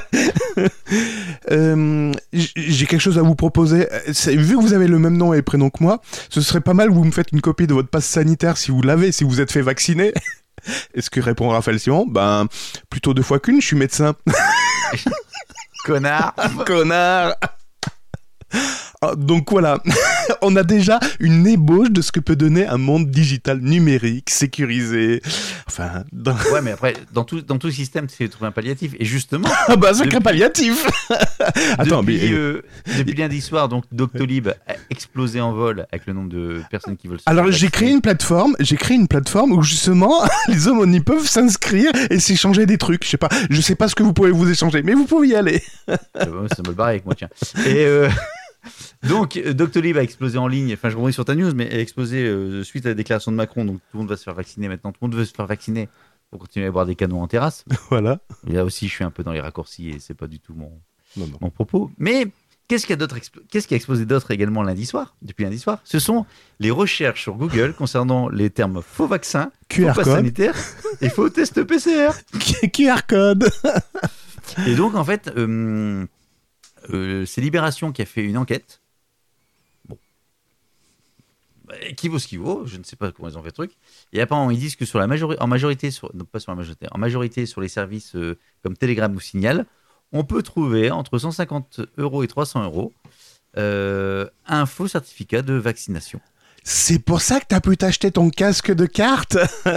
Euh, j- J'ai quelque chose à vous proposer. C'est- Vu que vous avez le même nom et prénom que moi, ce serait pas mal que vous me faites une copie de votre passe sanitaire si vous l'avez, si vous êtes fait vacciner. Est-ce que répond Raphaël Simon? Ben, plutôt deux fois qu'une, je suis médecin. Connard. Connard. Ah, donc voilà, on a déjà une ébauche de ce que peut donner un monde digital numérique, sécurisé. Enfin, dans... Ouais, mais après, dans tout, dans tout système, tu sais trouver un palliatif. Et justement, ah bah sacré Depuis- palliatif. Attends, depuis, mais euh, depuis lundi soir, donc Doctolib a explosé en vol avec le nombre de personnes qui veulent se alors faire j'ai vacciner. créé une plateforme, j'ai créé une plateforme où justement les homonymes peuvent s'inscrire et s'échanger des trucs. Je sais pas, je sais pas ce que vous pouvez vous échanger, mais vous pouvez y aller. Euh, ouais, ça me le barre avec moi, tiens. Et euh, donc, euh, Doctolib a explosé en ligne. Enfin, je rebondis sur ta news, mais a explosé euh, suite à la déclaration de Macron. Donc, tout le monde va se faire vacciner maintenant. Tout le monde veut se faire vacciner pour continuer à boire des canons en terrasse. Voilà. Et là aussi, je suis un peu dans les raccourcis et c'est pas du tout mon, Non, non. mon propos. Mais qu'est-ce qu'il y a d'autre expl- Qu'est-ce qui a explosé d'autre également lundi soir, depuis lundi soir? Ce sont les recherches sur Google concernant les termes faux vaccin, Q faux R pass code. sanitaire et faux test P C R. Q R code. Et donc, en fait, euh, euh, c'est Libération qui a fait une enquête. Bon. Bah, qui vaut ce qui vaut, je ne sais pas comment ils ont fait le truc. Et apparemment, ils disent que sur la majorité, en majorité, sur, non pas sur la majorité, en majorité sur les services euh, comme Telegram ou Signal, on peut trouver entre cent cinquante euros et trois cents euros euh, un faux certificat de vaccination. C'est pour ça que t'as pu t'acheter ton casque de cartes.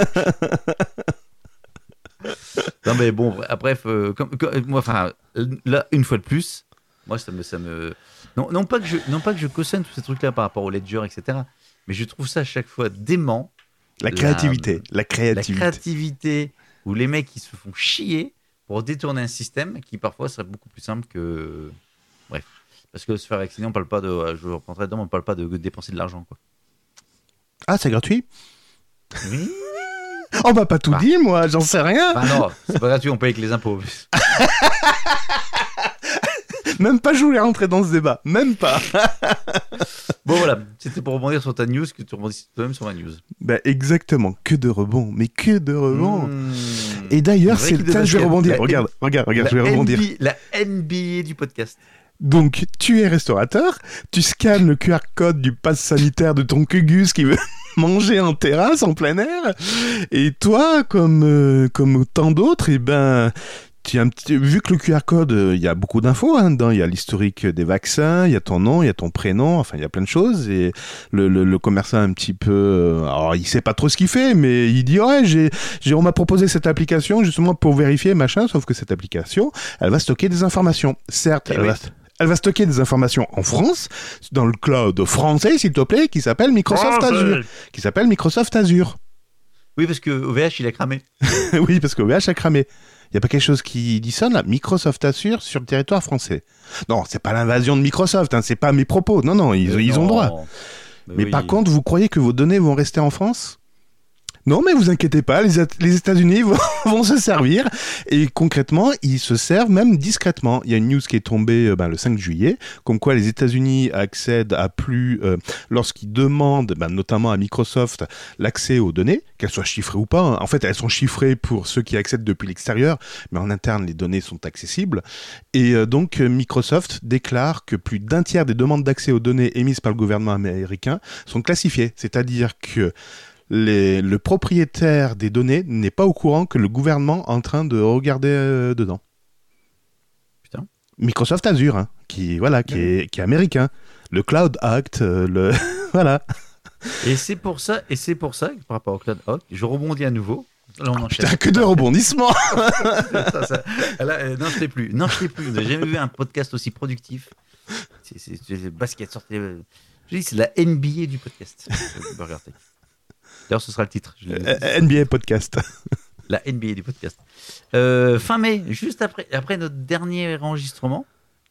Non mais bon, bref, bref, euh, comme, comme- moi, enfin, là, une fois de plus, moi, ça me, ça me, non, non pas que je, non pas que je cautionne tous ces trucs-là par rapport au ledger, et cetera. Mais je trouve ça à chaque fois dément, La La- créativité, la la créativité. créativité où les mecs qui se font chier pour détourner un système qui parfois serait beaucoup plus simple que, bref, parce que se faire vacciner, on parle pas de, je reprendrai dedans, on parle pas de dépenser de l'argent, quoi. Ah, c'est gratuit? Oui. On m'a pas tout Ah. dit, moi, j'en sais rien. Enfin non, c'est pas gratuit, on paye avec les impôts. Même pas, je voulais rentrer dans ce débat. Même pas. Bon voilà, c'était pour rebondir sur ta news que tu rebondis toi-même sur ma news. Bah, exactement. Que de rebond. Mais que de rebond. Mmh. Et d'ailleurs, Une vraie c'est équipe de ça, je vais basket. rebondir. La Regarde, regarde, regarde, je vais La rebondir. N B A la N B A du podcast. Donc, tu es restaurateur, tu scannes le Q R code du pass sanitaire de ton cugus qui veut manger en terrasse, en plein air, et toi, comme, euh, comme tant d'autres, eh ben, petit, un petit, vu que le Q R code, il euh, y a beaucoup d'infos hein, dedans. Il y a l'historique des vaccins, il y a ton nom, il y a ton prénom, enfin il y a plein de choses. Et le, le, le commerçant un petit peu, euh, alors il sait pas trop ce qu'il fait, mais il dit ouais, j'ai, j'ai, on m'a proposé cette application justement pour vérifier machin. Sauf que cette application, elle va stocker des informations. Certes, elle oui. va Elle va stocker des informations en France, dans le cloud français, s'il te plaît, qui s'appelle Microsoft Français. Azure. Qui s'appelle Microsoft Azure. Oui, parce que O V H, il a cramé. Oui, parce que O V H a cramé. Il n'y a pas quelque chose qui dit ça, là, Microsoft Azure sur le territoire français. Non, c'est pas l'invasion de Microsoft, hein, c'est pas mes propos. Non, non, ils, Euh, ils non. ont droit. Mais, Mais oui. par contre, vous croyez que vos données vont rester en France ? Non, mais vous inquiétez pas, les, at- les États-Unis vont, vont se servir. Et concrètement, ils se servent même discrètement. Il y a une news qui est tombée euh, ben, le cinq juillet, comme quoi les États-Unis accèdent à plus, euh, lorsqu'ils demandent, ben, notamment à Microsoft, l'accès aux données, qu'elles soient chiffrées ou pas. Hein. En fait, elles sont chiffrées pour ceux qui accèdent depuis l'extérieur, mais en interne, les données sont accessibles. Et euh, donc, euh, Microsoft déclare que plus d'un tiers des demandes d'accès aux données émises par le gouvernement américain sont classifiées. C'est-à-dire que Les, le propriétaire des données n'est pas au courant que le gouvernement est en train de regarder euh, dedans. Putain. Microsoft Azure, hein, qui, voilà, qui, Ouais. est, qui est américain. Le Cloud Act, euh, le... voilà. Et c'est pour ça, et c'est pour ça que par rapport au Cloud Hawk, je rebondis à nouveau. Là, on enchaîne. Putain, que de rebondissements. ça, ça, là, euh, non, je l'ai plus. Non, je l'ai plus. J'ai jamais vu un podcast aussi productif. C'est, c'est, c'est le basket sorti. euh, Je dis, c'est la N B A du podcast. euh, Burger Tech. D'ailleurs, ce sera le titre. Je l'ai- Euh, N B A Podcast. La N B A du podcast. Euh, fin mai, juste après, après notre dernier enregistrement,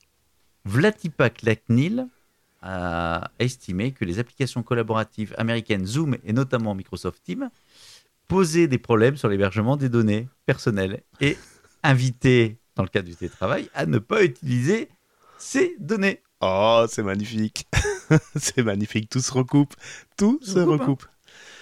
Vladipak Laknil a estimé que les applications collaboratives américaines Zoom et notamment Microsoft Teams posaient des problèmes sur l'hébergement des données personnelles et invitait, dans le cadre du télétravail, à ne pas utiliser ces données. Oh, c'est magnifique. C'est magnifique. Tout se recoupe. Tout Se se recoupe, hein. recoupe.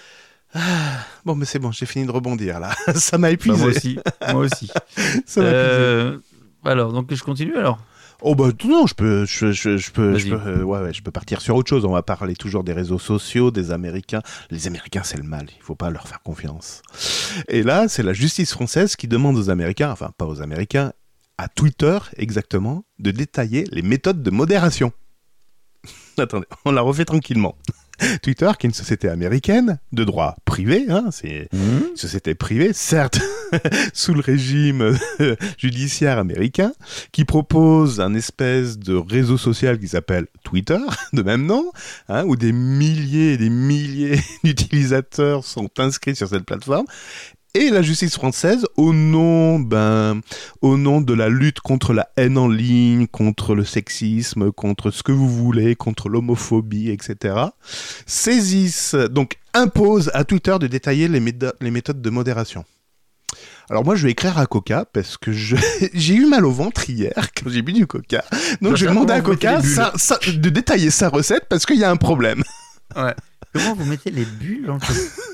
Ah, bon, mais c'est bon, j'ai fini de rebondir là. Ça m'a Bah, épuisé. moi aussi. Moi aussi. Ça m'a épuisé. Euh, alors, donc je continue alors. Oh bah non, je peux, je, je, je peux, je Vas-y. peux, euh, ouais, ouais, je peux partir sur autre chose. On va parler toujours des réseaux sociaux, des Américains. Les Américains, c'est le mal. Il faut pas leur faire confiance. Et là, c'est la justice française qui demande aux Américains, enfin pas aux Américains, à Twitter exactement, de détailler les méthodes de modération. Attendez, on la refait tranquillement. Twitter, qui est une société américaine de droit privé, hein, c'est une société privée, certes, sous le régime euh, judiciaire américain, qui propose un espèce de réseau social qui s'appelle Twitter, de même nom, hein, où des milliers et des milliers d'utilisateurs sont inscrits sur cette plateforme. Et la justice française, au nom, ben, au nom de la lutte contre la haine en ligne, contre le sexisme, contre ce que vous voulez, contre l'homophobie, et cetera, saisissent, donc imposent à Twitter de détailler les, méda- les méthodes de modération. Alors moi, je vais écrire à Coca parce que je... j'ai eu mal au ventre hier quand j'ai bu du Coca. Donc je vais demander à Coca sa- sa- de détailler sa recette parce qu'il y a un problème. Ouais. Comment vous mettez les bulles dans le...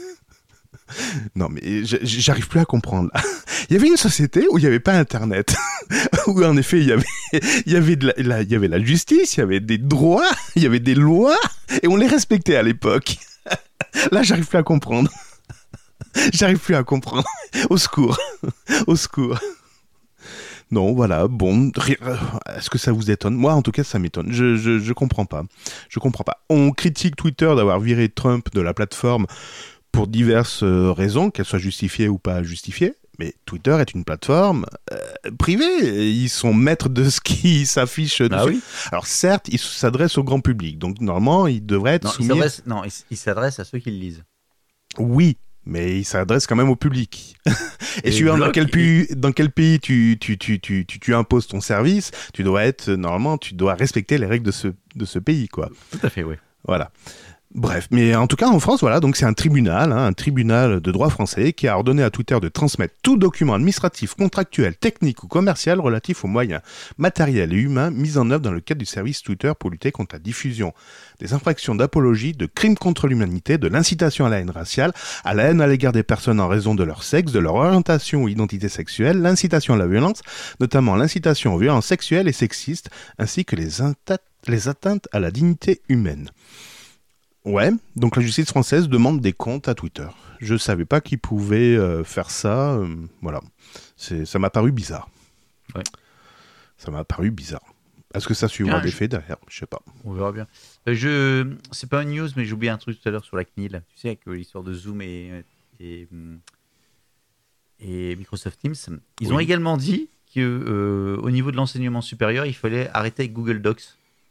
Non, mais j- j'arrive plus à comprendre. Là. Il y avait une société où il n'y avait pas Internet, où en effet il y avait, il y avait de la, la- il y avait la justice, il y avait des droits, il y avait des lois, et on les respectait à l'époque. Là, j'arrive plus à comprendre. J'arrive plus à comprendre. Au secours, au secours. Non, voilà, bon, ri- est-ce que ça vous étonne ? Moi, en tout cas, ça m'étonne. Je, je, je comprends pas. Je comprends pas. On critique Twitter d'avoir viré Trump de la plateforme pour diverses euh, raisons, qu'elles soient justifiées ou pas justifiées. Mais Twitter est une plateforme euh, privée. Ils sont maîtres de ce qui s'affiche Ah dessus. oui. Alors certes, ils s'adressent au grand public. Donc normalement, ils devraient être Non, il soumis... s'adresse, non, il, il s'adresse à ceux qui le lisent. Oui, mais ils s'adressent quand même au public. Et, Et suivant dans bloque, quel pays, dans quel pays tu, tu, tu, tu, tu, tu imposes ton service, tu dois être, normalement, tu dois respecter les règles de ce, de ce pays, quoi. Tout à fait, oui. Voilà. Bref, mais en tout cas en France, voilà, donc c'est un tribunal, hein, un tribunal de droit français qui a ordonné à Twitter de transmettre tout document administratif, contractuel, technique ou commercial relatif aux moyens matériels et humains mis en œuvre dans le cadre du service Twitter pour lutter contre la diffusion des infractions d'apologie, de crimes contre l'humanité, de l'incitation à la haine raciale, à la haine à l'égard des personnes en raison de leur sexe, de leur orientation ou identité sexuelle, l'incitation à la violence, notamment l'incitation aux violences sexuelles et sexistes, ainsi que les, inta- les atteintes à la dignité humaine. Ouais, donc la justice française demande des comptes à Twitter. Je savais pas qu'ils pouvaient euh, faire ça, euh, voilà. C'est, ça m'a paru bizarre. Ouais. Ça m'a paru bizarre. Est-ce que ça suivra Ah, des je- faits derrière? Je sais pas. On verra bien. Euh, je... C'est pas une news, mais j'ai oublié un truc tout à l'heure sur la C N I L. Tu sais, avec euh, l'histoire de Zoom et, et, hum, et Microsoft Teams. Ils Oui. ont également dit qu'au euh, niveau de l'enseignement supérieur, il fallait arrêter avec Google Docs.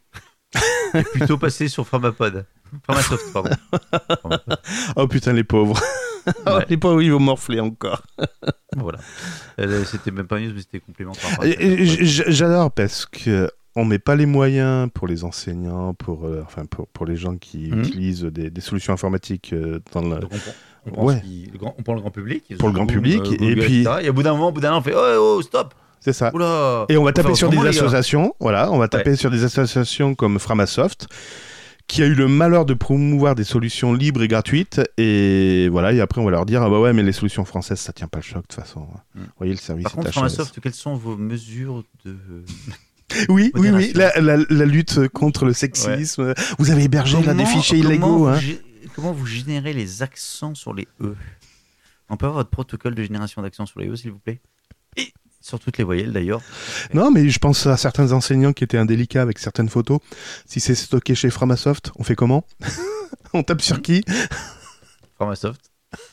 Et plutôt passer sur Pharmapod. Pharmasoft, pardon. Pharmapod. Oh putain, les pauvres. Ouais. Les pauvres, ils vont morfler encore. Voilà. Euh, C'était même pas une news, mais c'était complémentaire. Et- et j- j- J'adore parce que on met pas les moyens pour les enseignants, pour, euh, enfin, pour, pour les gens qui Mhm. utilisent des, des solutions informatiques euh, dans le... Donc on, prend- on, pense Ouais. qu'il- le grand- on prend le grand public. ils Pour ont le grand Zoom, public, euh, et Google, puis- et cetera. Et au bout d'un moment, au bout d'un an, on fait oh, oh stop. C'est ça. Oula. Et on va taper Enfin, sur des autrement, les gars. associations, voilà, on va taper sur des associations comme Framasoft, qui a eu le malheur de promouvoir des solutions libres et gratuites, et voilà, et après on va leur dire, ah bah ouais, mais les solutions françaises, ça tient pas le choc, de toute façon. Mm. Vous voyez, le service Par est contre, à Pharmasoft, quelles sont vos mesures de Oui, oui, oui, modération. la, la, la lutte contre le sexisme. Vous avez hébergé là des fichiers comment illégaux, vous hein. gé- Comment vous générez les accents sur les E? On peut avoir votre protocole de génération d'accents sur les E, s'il vous plaît? Et sur toutes les voyelles, d'ailleurs. Non, mais je pense à certains enseignants qui étaient indélicats avec certaines photos. Si c'est stocké chez Framasoft, on fait comment? On tape sur qui? Pharmasoft.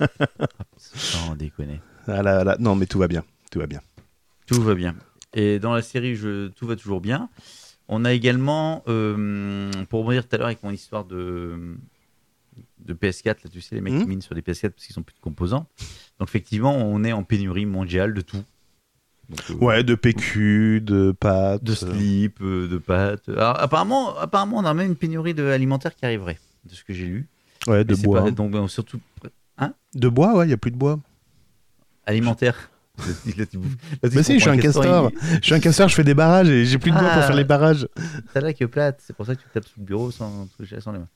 Sans déconner. Ah là, là. Non, mais tout va bien, tout va bien. Tout va bien. Et dans la série, je... tout va toujours bien. On a également, euh, pour revenir tout à l'heure avec mon histoire de, de P S quatre, là, tu sais, les mecs Mhm. qui minent sur des P S quatre parce qu'ils n'ont plus de composants. Donc effectivement, on est en pénurie mondiale de tout. Donc, euh, Ouais, de P Q, de pâtes. de slip, euh, de pâtes. Alors, apparemment, apparemment, on a même une pénurie de alimentaire qui arriverait, de ce que j'ai lu. Ouais, de Mais c'est bois. pas- donc euh, surtout De bois, ouais, il n'y a plus de bois. alimentaire. Là, tu bouffes- là, tu Mais si, comprends je suis un castor. il- Je suis un casseur, je fais des barrages et j'ai plus de bois pour Ah. faire les barrages. Ta laque est plate, c'est pour ça que tu tapes sous le bureau sans, sans les mains.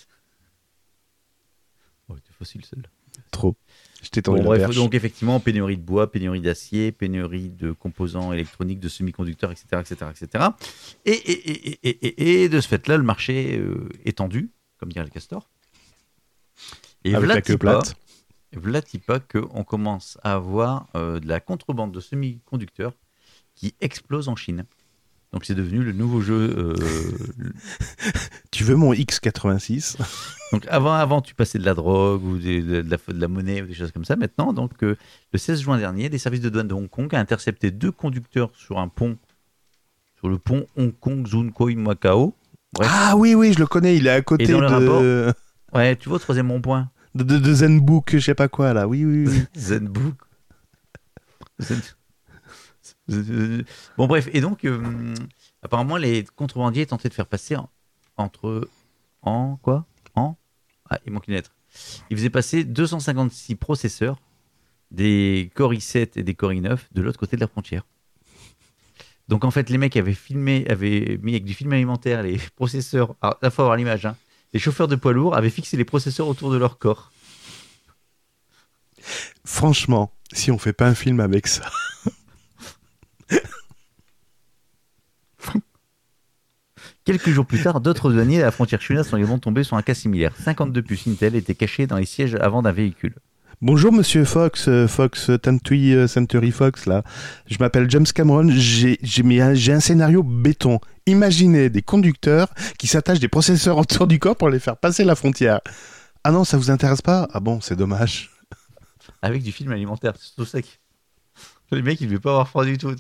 Oh, c'est facile celle-là. Trop. Je t'ai tendu Bon, la bref, perche. donc effectivement, pénurie de bois, pénurie d'acier, pénurie de composants électroniques, de semi-conducteurs, et cetera, et cetera, et cetera. Et, et, et, et, et, et de ce fait-là, le marché euh, est tendu, comme dirait le castor. Et Avec la queue vlatipa, plate. vlatipa qu'on commence à avoir euh, de la contrebande de semi-conducteurs qui explose en Chine. Donc c'est devenu le nouveau jeu. euh, Tu veux mon X quatre-vingt-six? Donc avant, avant, tu passais de la drogue ou des- de, de la, de la monnaie ou des choses comme ça. Maintenant, donc euh, le seize juin dernier, des services de douane de Hong Kong a intercepté deux conducteurs sur un pont, sur le pont Hong Kong Zun Koi Macao. Bref. Ah oui, oui, je le connais, il est à côté Et dans le de... Ouais, tu vois au troisième rond-point. de, de, de Zenbook, je sais pas quoi, là. Oui, oui, oui. Zenbook. Zen- Zen- Bon bref, et donc euh, apparemment les contrebandiers tentaient de faire passer en- entre en quoi en ah il manque une lettre. Ils faisaient passer deux cent cinquante-six processeurs des Core i sept et des Core i neuf de l'autre côté de la frontière. Donc en fait les mecs avaient filmé, avaient mis avec du film alimentaire les processeurs. Alors, là faut avoir l'image. Hein. Les chauffeurs de poids lourds avaient fixé les processeurs autour de leur corps. Franchement, si on fait pas un film avec ça... Quelques jours plus tard, d'autres douaniers à la frontière chinoise sont également tombés sur un cas similaire. cinquante-deux puces Intel étaient cachées dans les sièges avant d'un véhicule. Bonjour Monsieur Fox, euh, Fox euh, Tantui euh, Century Fox là. Je m'appelle James Cameron. J'ai j'ai mis un, j'ai un scénario béton. Imaginez des conducteurs qui s'attachent des processeurs autour du corps pour les faire passer la frontière. Ah non, ça vous intéresse pas? Ah bon, c'est dommage. Avec du film alimentaire, c'est tout ça qui... Le mec, il ne devait pas avoir froid du tout.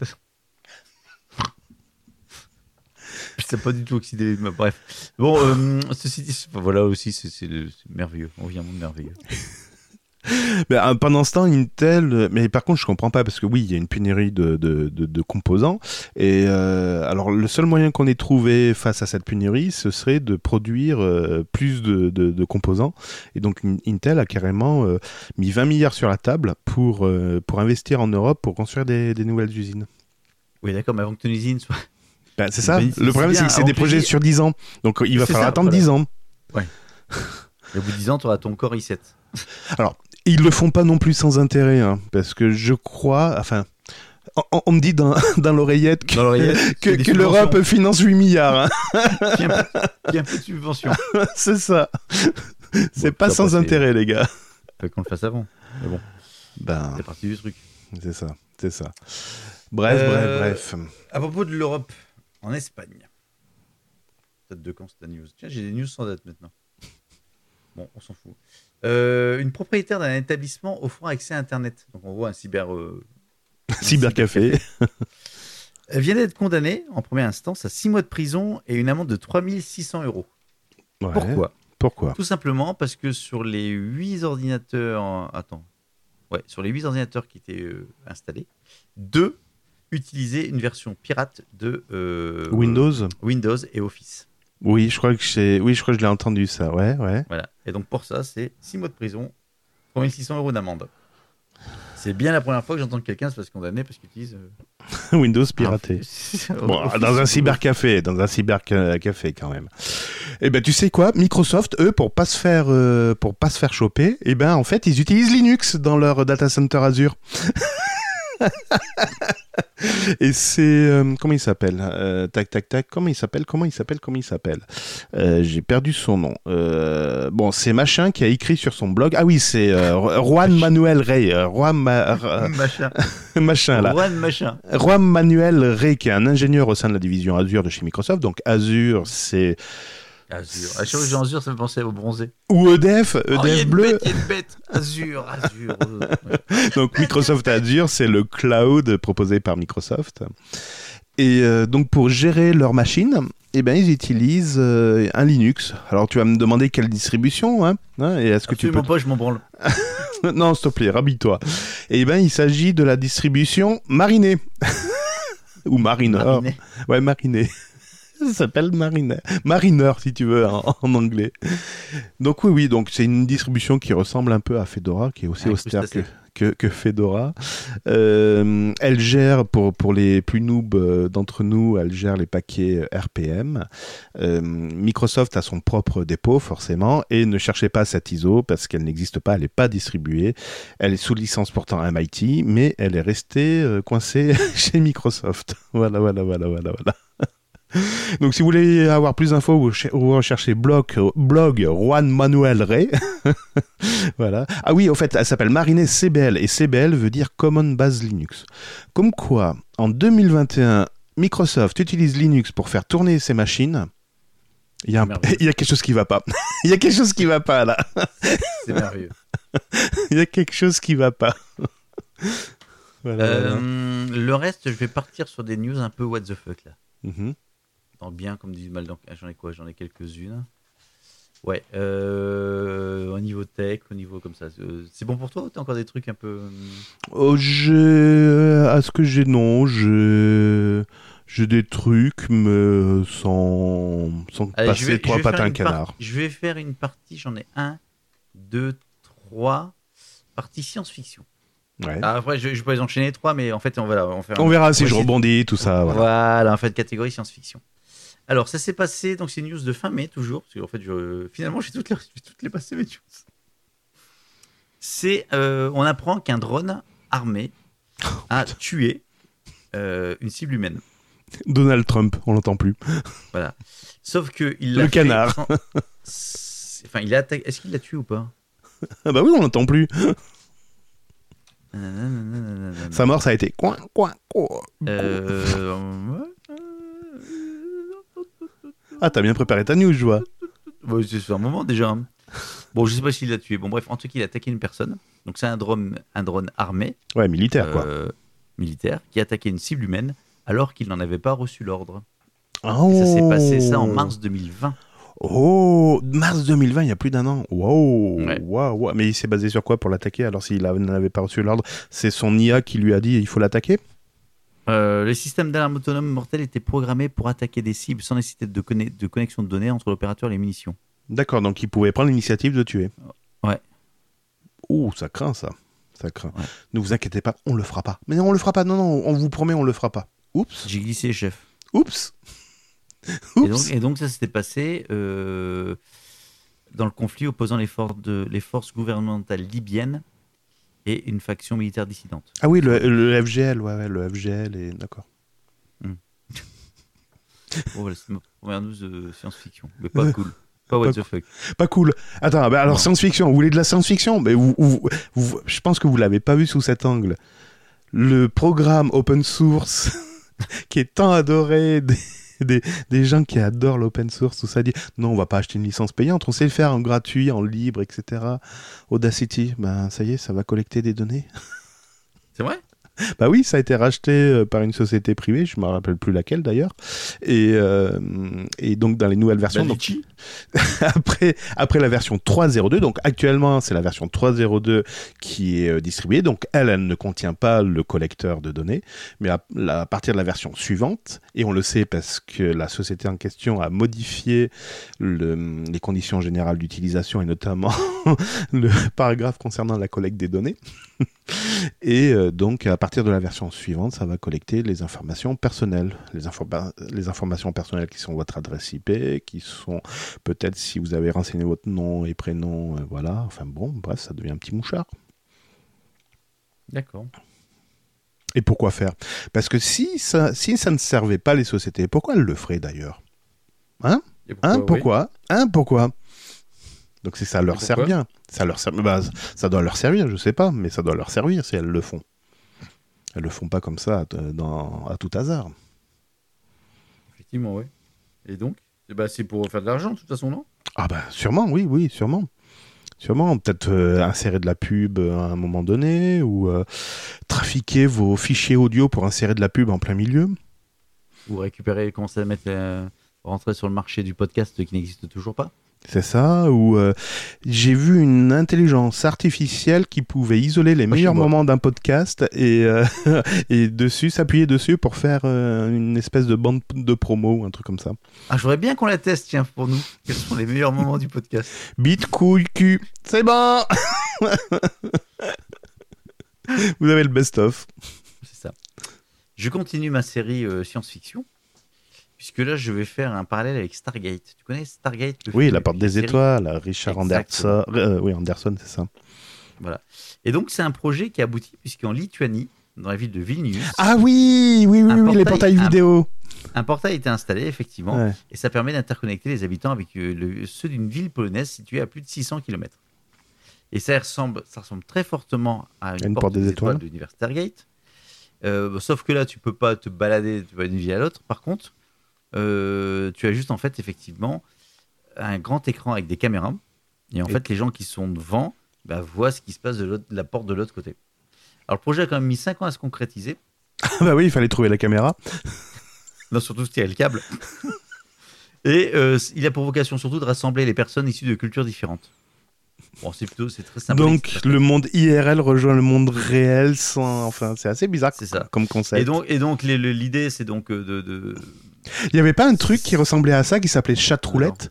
Puis ça n'a pas du tout oxydé. mais Bref. Bon, euh, ceci dit, c'est- voilà aussi, c'est c'est le- c'est merveilleux. On vit un monde merveilleux. Mais, euh, pendant ce temps, Intel, euh, mais par contre, je comprends pas parce que oui, il y a une pénurie de, de, de, de composants. Et euh, alors, le seul moyen qu'on ait trouvé face à cette pénurie, ce serait de produire euh, plus de, de, de composants. Et donc, In- Intel a carrément euh, mis vingt milliards sur la table pour, euh, pour investir en Europe pour construire des, des nouvelles usines. Oui, d'accord, mais avant que ton usine soit. Ben, c'est ça. Ben, Le c'est problème, bien, c'est que c'est avant des que projets l'usine- sur dix ans. Donc, il va C'est falloir ça, attendre voilà. dix ans. Et au bout de dix ans, tu auras ton Core i sept. Alors, ils le font pas non plus sans intérêt, hein, parce que je crois, enfin, on, on me dit dans, dans l'oreillette que, Dans l'oreillette, que, c'est des que l'Europe subventions. finance huit milliards. Hein. Qui a un peu- qui a un peu de subvention. C'est ça. C'est Bon, pas ça, sans après, c'est- intérêt, les gars. Faut qu'on le fasse avant. Mais bon, Ben, c'est parti du truc. C'est ça, c'est ça. Bref, Euh, bref, bref. À propos de l'Europe, en Espagne. Date de quand cette news? Tiens, j'ai des news sans date maintenant. Bon, on s'en fout. Euh, une propriétaire d'un établissement offrant accès à Internet. Donc on voit un cyber... euh, un Cybercafé. Elle vient d'être condamnée en première instance à six mois de prison et une amende de trois mille six cents euros. Ouais. Pourquoi? Pourquoi? Tout simplement parce que sur les huit ordinateurs... Attends. Ouais, sur les huit ordinateurs qui étaient euh, installés, deux utilisaient une version pirate de euh, Windows? Windows et Office. Oui, je crois que j'ai... oui, je crois que je l'ai entendu ça. Ouais, ouais. Voilà. Et donc pour ça, c'est six mois de prison, trois mille six cents euros d'amende. C'est bien la première fois que j'entends que quelqu'un se fasse condamner parce qu'il utilise euh, Windows piraté. un- Bon, Office. dans un cybercafé, dans un cybercafé quand même. Eh ben, tu sais quoi, Microsoft, eux, pour pas se faire, euh, pour pas se faire choper, eh ben, en fait, ils utilisent Linux dans leur data center Azure. Et c'est euh, comment il s'appelle euh, Tac tac tac. Comment il s'appelle Comment il s'appelle Comment il s'appelle euh, J'ai perdu son nom. Euh, bon, c'est machin qui a écrit sur son blog. Ah oui, c'est euh, Juan Manuel Rey. Euh, Juan Ma- Machin. machin là. Juan Machin. Juan Manuel Rey, qui est un ingénieur au sein de la division Azure de chez Microsoft. Donc Azure, c'est Azure. À chaque fois que j'ai Azure, ça me pensait au bronzé. ou E D F, Oh, il y a E D F une bleu. bête, il y a une bête. Azure, Azure. euh, ouais. Donc Microsoft Azure, c'est le cloud proposé par Microsoft. Et euh, donc pour gérer leur machine, eh ben ils utilisent euh, un Linux. Alors tu vas me demander quelle distribution, hein, hein, et est-ce que tu Absolument peux pas, je m'en branle. Non, s'il te plaît, rhabille-toi. Et ben il s'agit de la distribution Marinée ou Mariner. Mariné. Ouais, Marinée. Ça s'appelle Mariner. Mariner, si tu veux, en, en anglais. Donc oui, oui, donc c'est une distribution qui ressemble un peu à Fedora, qui est aussi Un austère que, crustacé. que, que Fedora. Euh, elle gère, pour, pour les plus noobs euh, d'entre nous, elle gère les paquets R P M. Euh, Microsoft a son propre dépôt, forcément, et ne cherchez pas cette I S O parce qu'elle n'existe pas, elle n'est pas distribuée. Elle est sous licence pourtant M I T, mais elle est restée euh, coincée chez Microsoft. Voilà, voilà, voilà, voilà, voilà. Donc, si vous voulez avoir plus d'infos, vous, cher- vous recherchez blog, blog Juan Manuel Rey. Voilà. Ah oui, au fait, elle s'appelle Marinée C B L et C B L veut dire Common Base Linux. Comme quoi, en deux mille vingt et un, Microsoft utilise Linux pour faire tourner ses machines. Il y a, un- Merveilleux. il y a quelque chose qui va pas. Il y a quelque chose qui va pas là. C'est merveilleux. Il y a quelque chose qui va pas. Voilà. voilà. Euh, le reste, je vais partir sur des news un peu what the fuck là. Mhm. Dans bien, comme disent mal. Donc, j'en ai quoi? J'en ai quelques-unes. Ouais. Euh, au niveau tech, au niveau comme ça. euh, C'est bon pour toi ou t'as encore des trucs un peu. euh, Oh, j'ai... À ce que j'ai, non, j'ai... J'ai des trucs, mais sans, sans Allez, passer je vais- trois je vais pattes faire à un une canard. partie- je vais faire une partie. J'en ai un, deux, trois. Partie science-fiction. Ouais. Ah, après, je, je peux les enchaîner trois, mais en fait, on va, on va faire. On verra si va je essayer- rebondis, tout ça. Voilà. Voilà, en fait, catégorie science-fiction. Alors, ça s'est passé, donc c'est une news de fin mai, toujours, parce qu'en fait, je, finalement, j'ai toutes les, j'ai toutes les passées, mes news. C'est, euh, on apprend qu'un drone armé a tué euh, une cible humaine. Donald Trump, on l'entend plus. Voilà. Sauf que il Le l'a fait canard. sans- c'est- Enfin, il a attaqué. Est-ce qu'il l'a tué ou pas? Ah bah oui, on l'entend plus. Nanananananana. Sa mort, ça a été coin, coin, coin. Euh, Ah, t'as bien préparé ta news, je vois. Bon, c'est fait un moment déjà. hein. Bon, je sais pas s'il l'a tué. Bon, bref, en tout cas, il a attaqué une personne. Donc, c'est un drone, un drone armé, Ouais, militaire, quoi. euh, militaire, qui a attaqué une cible humaine alors qu'il n'en avait pas reçu l'ordre. Oh. Et ça s'est passé ça en mars deux mille vingt. Oh, mars deux mille vingt, il y a plus d'un an. Wow, Ouais. wow, wow. Mais il s'est basé sur quoi pour l'attaquer alors s'il a- n'avait pas reçu l'ordre? C'est son I A qui lui a dit il faut l'attaquer? Euh, le système d'alarme autonome mortel était programmé pour attaquer des cibles sans nécessité de, conne- de connexion de données entre l'opérateur et les munitions. D'accord, donc il pouvait prendre l'initiative de tuer. Ouais. Ouh, ça craint ça. Ça craint. Ouais. Ne vous inquiétez pas, on le fera pas. Mais non, on le fera pas. Non, non, on vous promet, on le fera pas. Oups, J'ai glissé, chef. oups. Et Oups. donc, et donc, ça s'était passé euh, dans le conflit opposant les, for- de- les forces gouvernementales libyennes et une faction militaire dissidente. Ah oui, le, le F G L, ouais, ouais, le F G L, est d'accord. Bon, voilà, c'est ma première news de science-fiction. Mais pas cool. Pas what Pas the fuck. Pas cool. Attends, bah alors Non. science-fiction, vous voulez de la science-fiction? Mais vous, vous- vous- je pense que vous l'avez pas vu sous cet angle. le programme open source qui est tant adoré des, des, des gens qui adorent l'open source, tout ça, dit non, on va pas acheter une licence payante, on sait le faire en gratuit, en libre, et cetera. Audacity, ben ça y est, ça va collecter des données. C'est vrai ? Bah oui, ça a été racheté euh, par une société privée, je me rappelle plus laquelle d'ailleurs. Et, euh, et donc dans les nouvelles versions, donc, après, après la version trois point zéro deux, donc actuellement c'est la version trois point zéro deux qui est euh, distribuée, donc elle, elle ne contient pas le collecteur de données, mais à, à partir de la version suivante, et on le sait parce que la société en question a modifié le, les conditions générales d'utilisation et notamment le paragraphe concernant la collecte des données. Et euh, donc à partir de la version suivante, ça va collecter les informations personnelles, les, informa- les informations personnelles qui sont votre adresse I P, qui sont peut-être si vous avez renseigné votre nom et prénom, euh, voilà, enfin bon, bref, ça devient un petit mouchard. D'accord. Et pourquoi faire ? Parce que si ça, si ça ne servait pas les sociétés, pourquoi elles le feraient d'ailleurs ? Hein ? Et pourquoi, Hein ? oui. Pourquoi ? Hein ? Pourquoi ? Donc c'est ça leur Et sert pourquoi bien. Ça leur sert, bah, ça doit leur servir, je sais pas, mais ça doit leur servir si elles le font. Elles le font pas comme ça à, dans, à tout hasard. Effectivement, oui. Et donc eh ben, c'est pour faire de l'argent, de toute façon, non ? Ah bah sûrement, oui, oui, sûrement. Sûrement, peut-être euh, insérer de la pub à un moment donné, ou euh, trafiquer vos fichiers audio pour insérer de la pub en plein milieu. Ou récupérer, commencer à mettre, euh, rentrer sur le marché du podcast qui n'existe toujours pas. C'est ça, ou euh, j'ai vu une intelligence artificielle qui pouvait isoler les Moi, meilleurs je vois. moments d'un podcast et, euh, et dessus, s'appuyer dessus pour faire euh, une espèce de bande de promo ou un truc comme ça. Ah, je voudrais bien qu'on la teste, tiens, pour nous. Quels sont les meilleurs moments du podcast ? Bite, couille, cul, c'est bon. Vous avez le best-of. C'est ça. Je continue ma série euh, science-fiction, puisque là, je vais faire un parallèle avec Stargate. Tu connais Stargate ? le Oui, film, La Porte la des série Étoiles, Richard Exactement. Anderson. Euh, oui, Anderson, c'est ça. Voilà. Et donc, c'est un projet qui aboutit, puisqu'en Lituanie, dans la ville de Vilnius, Ah oui, oui, oui, Un oui, les portail- portails un- vidéo. un portail a été installé, effectivement, Ouais. et ça permet d'interconnecter les habitants avec euh, le- ceux d'une ville polonaise située à plus de six cents kilomètres. Et ça ressemble, ça ressemble très fortement à une, À une porte, porte des des étoiles. étoiles de l'univers Stargate. Euh, sauf que là, tu peux pas te balader tu vas d'une ville à l'autre. Par contre, euh, tu as juste en fait effectivement un grand écran avec des caméras. Et en Et- fait, les gens qui sont devant bah, voient ce qui se passe de, l'autre- de la porte de l'autre côté. Alors, le projet a quand même mis cinq ans à se concrétiser. Ah bah oui, il fallait trouver la caméra. Non, surtout tirer le câble. Et euh, il a pour vocation surtout de rassembler les personnes issues de cultures différentes. Bon, c'est plutôt, c'est très symbolique. Donc le monde I R L rejoint le monde réel sans... Enfin, c'est assez bizarre C'est ça. comme concept. Et donc, et donc les- le- l'idée, c'est donc euh, de, de... Il n'y avait pas un truc qui ressemblait à ça qui s'appelait chatroulette.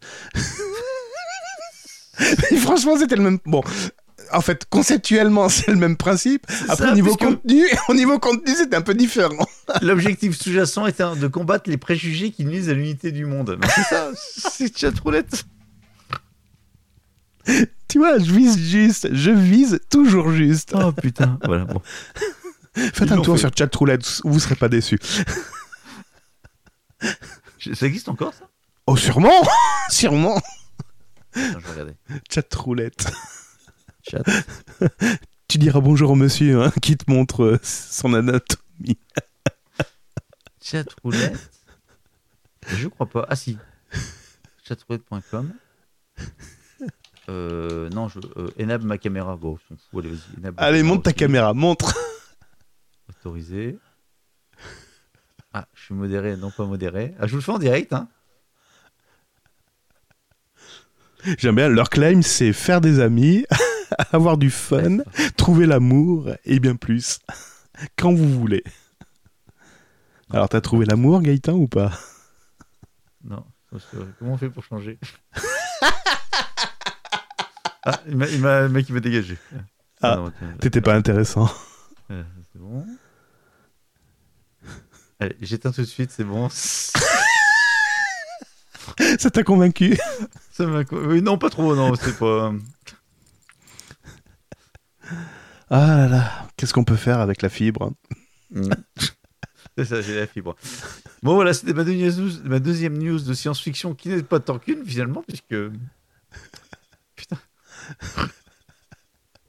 Et franchement, c'était le même... Bon, en fait, conceptuellement, c'est le même principe. Après, ça, au niveau puisque- contenu, au niveau contenu, c'était un peu différent. L'objectif sous-jacent était de combattre les préjugés qui nuisent à l'unité du monde. Mais c'est ça, c'est chatroulette. Tu vois, je vise juste. Je vise toujours juste. Oh putain, voilà. Bon. Faites ils un l'ont tour fait. sur chatroulette, vous serez pas déçus. Je- Ça existe encore ça ? Oh, sûrement. Sûrement. Attends, je vais regarder. Chatroulette. Chat. Tu diras bonjour au monsieur hein, qui te montre euh, son anatomie. Chatroulette. Je crois pas. Ah si. chatroulette point com. Euh, non, je. Euh, enable ma caméra. Bon, je m'en fous. Allez, vas-y. enable ma Allez, caméra monte ta aussi. caméra, montre. Autorisé. Ah, je suis modéré, non pas modéré. Ah, je vous le fais en direct, hein. J'aime bien, leur claim, c'est faire des amis, avoir du fun, trouver l'amour et bien plus. Quand vous voulez. Alors, t'as trouvé l'amour, Gaëtan, ou pas? Non, c'est vrai. Comment on fait pour changer? Ah, il m'a, il m'a, le mec, il m'a dégagé. Ah, non, tiens, T'étais pas intéressant. euh, c'est bon. Allez, j'éteins tout de suite, c'est bon. Ça t'a convaincu? Ça m'a... Oui, non, pas trop, non, c'est pas... Ah là là, qu'est-ce qu'on peut faire avec la fibre? C'est ça, j'ai la fibre. Bon, voilà, c'était ma deuxième news, ma deuxième news de science-fiction qui n'est pas tant qu'une, finalement, puisque... Putain.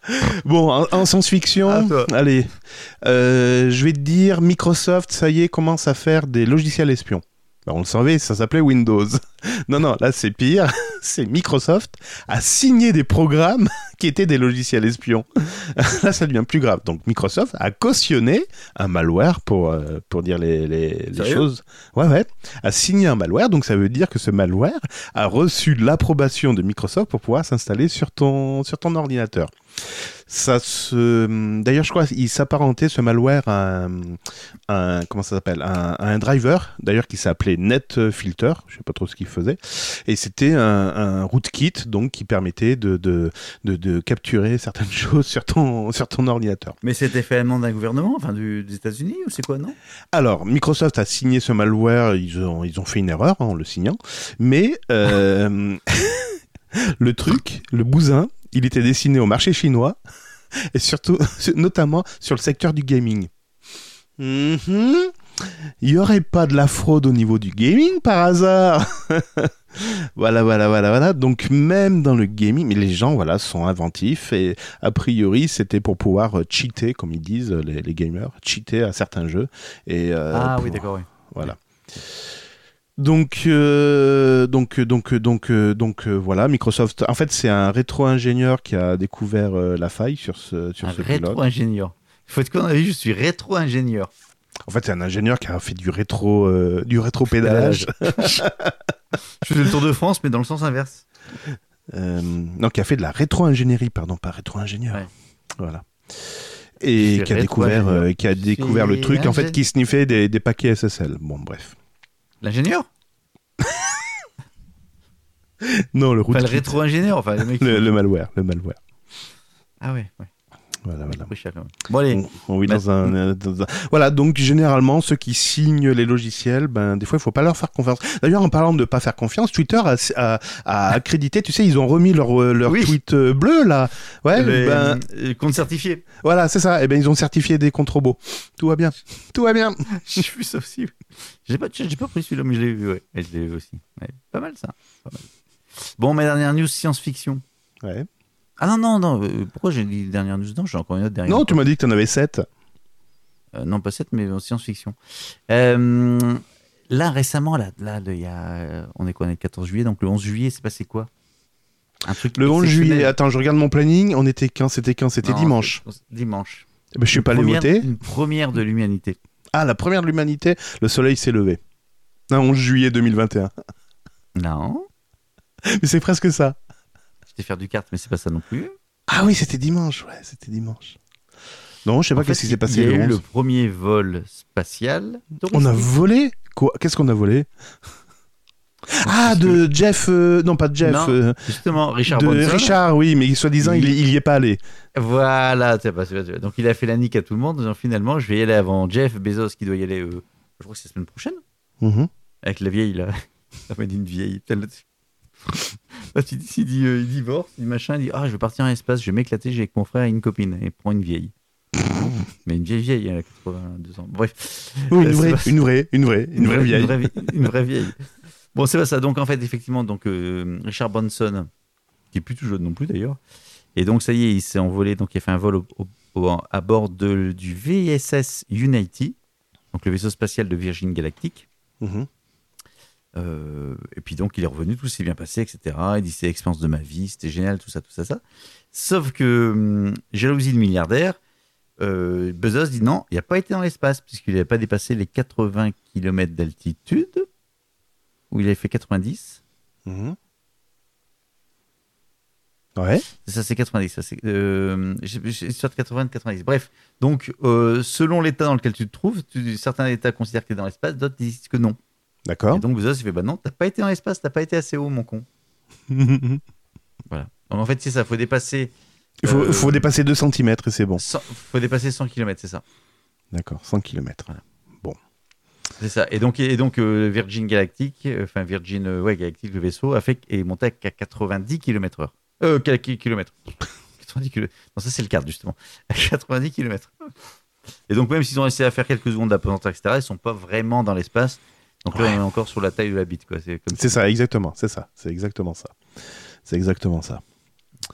Bon, en, en science-fiction, À toi. allez, euh, je vais te dire, Microsoft, ça y est, commence à faire des logiciels espions. Ben, on le savait, ça s'appelait Windows. Non, non, là c'est pire. C'est Microsoft a signé des programmes qui étaient des logiciels espions. Là, ça devient plus grave. Donc, Microsoft a cautionné un malware, pour, euh, pour dire les, les, les Sérieux choses. Ouais, ouais. A signé un malware. Donc, ça veut dire que ce malware a reçu l'approbation de Microsoft pour pouvoir s'installer sur ton, sur ton ordinateur. Ça se... D'ailleurs, je crois qu'il s'apparentait, ce malware, à un, un- comment ça s'appelle, un, à un driver, d'ailleurs, qui s'appelait NetFilter. Je sais pas trop ce qu'il faisait. Et c'était un, un rootkit, donc, qui permettait de, de, de, de capturer certaines choses sur ton, sur ton ordinateur. Mais c'était fait à la demande d'un gouvernement, enfin du, des États-Unis, ou c'est quoi, non? Alors, Microsoft a signé ce malware, ils ont, ils ont fait une erreur hein, en le signant, mais euh, le truc, le bousin, il était destiné au marché chinois, et surtout, notamment sur le secteur du gaming. Mhm. Il n'y aurait pas de la fraude au niveau du gaming par hasard. Voilà, voilà, voilà, voilà. Donc même dans le gaming, mais les gens, voilà, sont inventifs et a priori, c'était pour pouvoir euh, cheater, comme ils disent les, les gamers, cheater à certains jeux. Et, euh, Ah pour- oui, d'accord, oui. Voilà. Donc, euh, donc, donc, donc, euh, donc, euh, voilà, Microsoft. En fait, c'est un rétro-ingénieur qui a découvert euh, la faille sur ce, sur Un ce pilote. rétro-ingénieur. Faut être quoi dans la vie? Je suis rétro-ingénieur. En fait, c'est un ingénieur qui a fait du rétro, euh, du rétro-pédalage. Je faisais le Tour de France, mais dans le sens inverse. Euh, non, qui a fait de la rétro-ingénierie, pardon, pas rétro-ingénieur. Ouais. Voilà. Je Et suis qui a découvert, rétro-ingénieur. euh, qui a Je découvert suis le truc, en fait, ingé- qui sniffait des, des paquets S S L. Bon, bref. L'ingénieur? Non, le Enfin, le rootkit. rétro-ingénieur. Enfin, le mec. Le, le malware, le malware. Ah ouais, ouais. Voilà, voilà. Pris cher, quand même. Bon, allez. On, on vit Bah, dans un, euh, dans un- Voilà, donc généralement, ceux qui signent les logiciels, ben, des fois, il faut pas leur faire confiance. D'ailleurs, en parlant de pas faire confiance, Twitter a, a, a accrédité, tu sais, ils ont remis leur, euh, leur Oui. tweet euh, bleu, là. Ouais, Le ben, euh, compte certifié. voilà, c'est ça. Et ben, ils ont certifié des comptes robots. Tout va bien. Tout va bien. J'ai vu ça aussi. J'ai pas, j'ai pas pris celui-là, mais je l'ai vu, ouais. Et je l'ai vu aussi. Ouais, pas mal, ça. Pas mal. Bon, ma dernière news science-fiction. Ouais. Ah non, non, non. euh, pourquoi j'ai dit dernière news? Non, j'ai encore une autre dernière. Non, tu m'as dit que tu en avais sept. Euh, non, pas sept, mais en science-fiction. Euh, là, récemment, là, là, il y a, euh, on est quoi, on est le quatorze juillet, donc le onze juillet, c'est passé quoi? Un truc Le onze exceptionnel. juillet, attends, je regarde mon planning. On était quand C'était quand C'était Non, dimanche. c'est- Dimanche. Eh ben, je suis Une pas allé première- voter. Une première de l'humanité. Ah, la première de l'humanité, le soleil s'est levé. Non, onze juillet deux mille vingt et un. Non. Mais c'est presque ça. J'étais faire du kart, mais c'est pas ça non plus. Ah oui, c'était dimanche, ouais, c'était dimanche. Non, je sais pas En fait, qu'est-ce qui s'est passé Il y a le eu le onze. premier vol spatial. On a touristique. volé Quoi Qu'est-ce qu'on a volé Ah, de Jeff... euh, non, pas de Jeff. Non, euh, Justement, Richard de Branson. Richard, oui, mais soi-disant, il, Il- il y est pas allé. Voilà, c'est pas, c'est pas- c'est pas- donc il a fait la nique à tout le monde. En disant, finalement, je vais y aller avant Jeff Bezos qui doit y aller. euh, je crois que c'est la semaine prochaine. Mhm. Avec la vieille là. Ça m'a dit une vieille. Putain, là, tu- Là, tu dis, il, dit euh, il divorce, il dit machin, il dit ah je vais partir en espace, je vais m'éclater, j'ai avec mon frère et une copine. Et il prend une vieille. Mais une vieille vieille, elle a quatre-vingt-deux ans. Bref. Oui, Euh, une c'est vraie, pas- une vraie, une vraie, une vraie vieille. Une vraie, vie- une vraie vieille. Bon, c'est pas ça. Donc, en fait, effectivement, donc, euh, Richard Branson, qui est plus tout jeune non plus d'ailleurs, et donc, ça y est, il s'est envolé. Donc, il a fait un vol au- au- au- à bord de, du V S S Unity, donc le vaisseau spatial de Virgin Galactic. Mhm. Euh, et puis, donc, il est revenu, tout s'est bien passé, et cetera. Il dit c'est l'expérience de ma vie, c'était génial, tout ça, tout ça, ça. Sauf que, hum, jalousie de milliardaire, euh, Bezos dit non, il n'a pas été dans l'espace, puisqu'il n'avait pas dépassé les quatre-vingts kilomètres d'altitude, où il avait fait quatre-vingt-dix. Mhm. Ouais. C'est ça, c'est quatre-vingt-dix. Ça, c'est, euh, j'ai- j'ai- soit de quatre-vingts, de quatre-vingt-dix. Bref, donc, euh, selon l'état dans lequel tu te trouves, tu- certains états considèrent que tu es dans l'espace, d'autres disent que non. D'accord. Et donc, Bezos, il fait bah non, t'as pas été dans l'espace, t'as pas été assez haut, mon con. Voilà. Donc, en fait, c'est ça, faut dépasser. Il faut, euh, faut dépasser deux centimètres et c'est bon. cent faut dépasser cent kilomètres, c'est ça. D'accord, cent kilomètres. C'est ça. Et donc, et donc euh, Virgin Galactic, euh, enfin Virgin euh, ouais, Galactic, le vaisseau, a fait est monté à quatre-vingt-dix kilomètres heure. Euh, kilomètres. quatre-vingt-dix kilomètres. Non, ça c'est le quart justement. À quatre-vingt-dix kilomètres. Et donc même s'ils ont essayé à faire quelques secondes d'apesanteur, et cetera, ils sont pas vraiment dans l'espace. Donc là, Ouais. on est encore sur la taille de la bite, quoi. C'est comme C'est ça, exactement, c'est ça, c'est exactement ça. C'est exactement ça.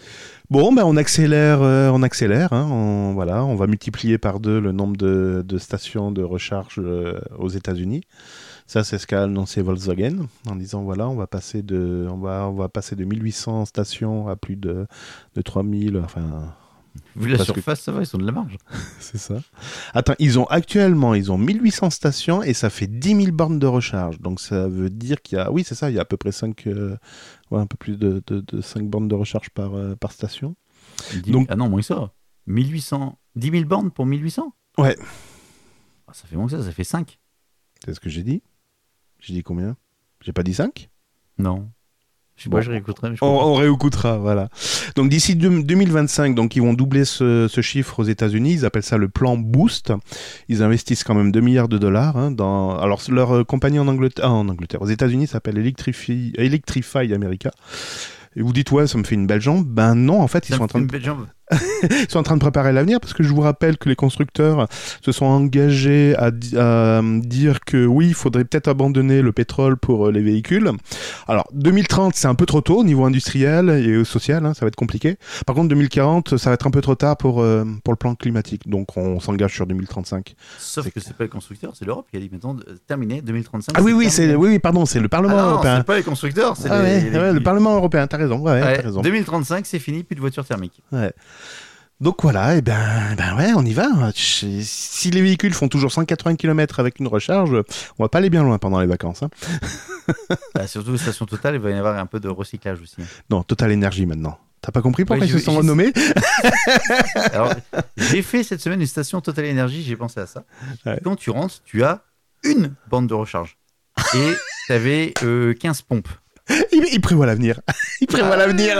Bon, ben on accélère, euh, on accélère. Hein, on, voilà, on va multiplier par deux le nombre de, de stations de recharge euh, aux États-Unis. Ça, c'est ce qu'a annoncé Volkswagen en disant voilà, on va passer de, on va, on va passer de mille huit cents stations à plus de, de trois mille. Enfin, Vu la parce surface, ça va, ils sont de la marge. c'est ça. Attends, ils ont actuellement, ils ont mille huit cents stations et ça fait dix mille bornes de recharge. Donc ça veut dire qu'il y a, oui, c'est ça, il y a à peu près cinq, euh, ouais, un peu plus de, de, de cinq bornes de recharge par, euh, par station. dix Donc- Ah non, moins que ça. mille huit cents. dix mille bornes pour mille huit cents. Ouais. Ah, ça fait moins que ça, ça fait cinq. C'est ce que j'ai dit. J'ai dit combien? J'ai pas dit cinq? Non. Je sais Bon. pas, je réécouterai. Mais je On, comprends. on réécoutera, voilà. Donc d'ici deux- deux mille vingt-cinq, donc ils vont doubler ce, ce chiffre aux États-Unis. Ils appellent ça le plan Boost. Ils investissent quand même deux milliards de dollars. Hein, dans... Alors leur euh, compagnie en Angleterre, ah, en Angleterre, aux États-Unis, s'appelle Electrify... Electrify America. Et vous dites ouais, ça me fait une belle jambe. Ben non, en fait, ils Ça sont me en train fait de une belle jambe. Ils sont en train de préparer l'avenir parce que je vous rappelle que les constructeurs se sont engagés à, di- à dire que oui, il faudrait peut-être abandonner le pétrole pour euh, les véhicules. Alors, deux mille trente, c'est un peu trop tôt au niveau industriel et social, hein, ça va être compliqué. Par contre, deux mille quarante, ça va être un peu trop tard pour, euh, pour le plan climatique. Donc, on s'engage sur deux mille trente-cinq. Sauf C'est que c'est pas les constructeurs, c'est l'Europe qui a dit maintenant euh, terminé deux mille trente-cinq. Ah oui, oui, terminé. c'est, oui, oui, pardon, c'est le Ah Parlement non, européen. c'est pas les constructeurs, c'est Ah les, ouais, les- ouais, le Parlement européen, t'as raison, ouais, Ouais, t'as raison. deux mille trente-cinq, c'est fini, plus de voitures thermiques. Ouais. Donc voilà, et ben, ben ouais, on y va. Si les véhicules font toujours cent quatre-vingts kilomètres avec une recharge, on va pas aller bien loin pendant les vacances. Hein. Bah, surtout, station Total, il va y avoir un peu de recyclage aussi. Non, Total Énergie maintenant. T'as pas compris pourquoi Ouais, ils se je- sont je- renommés? Alors, j'ai fait cette semaine une station Total Énergie, j'ai pensé à ça. Ouais. Quand tu rentres, tu as une bande de recharge. Et tu avais euh, quinze pompes. il, il prévoit l'avenir. il prévoit l'avenir.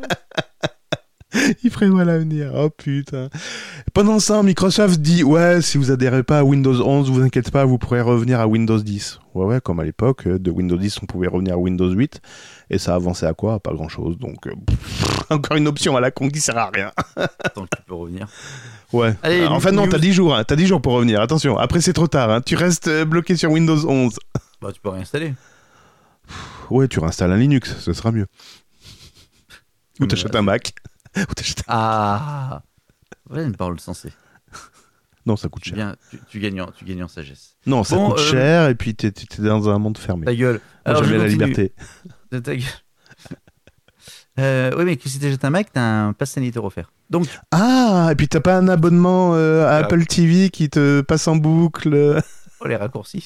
il prévoit l'avenir. Oh putain. Pendant ça, Microsoft dit ouais, si vous adhérez pas à Windows onze, vous inquiétez pas, vous pourrez revenir à Windows dix. Ouais, ouais, comme à l'époque, euh, de Windows dix, on pouvait revenir à Windows huit. Et ça avançait à quoi? Pas grand chose. Donc, euh, pff, encore une option à la con qui sert à rien. Tant que tu peux revenir. Ouais. Allez, Euh, enfin, non, news. t'as dix jours. Hein. T'as dix jours pour revenir. Attention, après, c'est trop tard. Hein. Tu restes euh, bloqué sur Windows onze. Bah, tu peux réinstaller. Ouais, tu réinstalles un Linux, ce sera mieux. Ou Mais t'achètes ouais. un Mac. Ou t'achètes un... Ah voilà une parole sensée. Non, ça coûte Tu, cher. viens, tu, tu, gagnes en, tu gagnes en sagesse. Non, ça Bon, coûte euh, cher et puis t'es, t'es t'es dans un monde fermé. Ta gueule. Moi, Alors, j'aime je bien la continue. liberté. De ta gueule. Euh, oui, mais si tu achètes un Mac, t'as un pass sanitaire offert. Donc, Ah, et puis t'as pas un abonnement euh, à Ah. Apple T V qui te passe en boucle. oh, les raccourcis.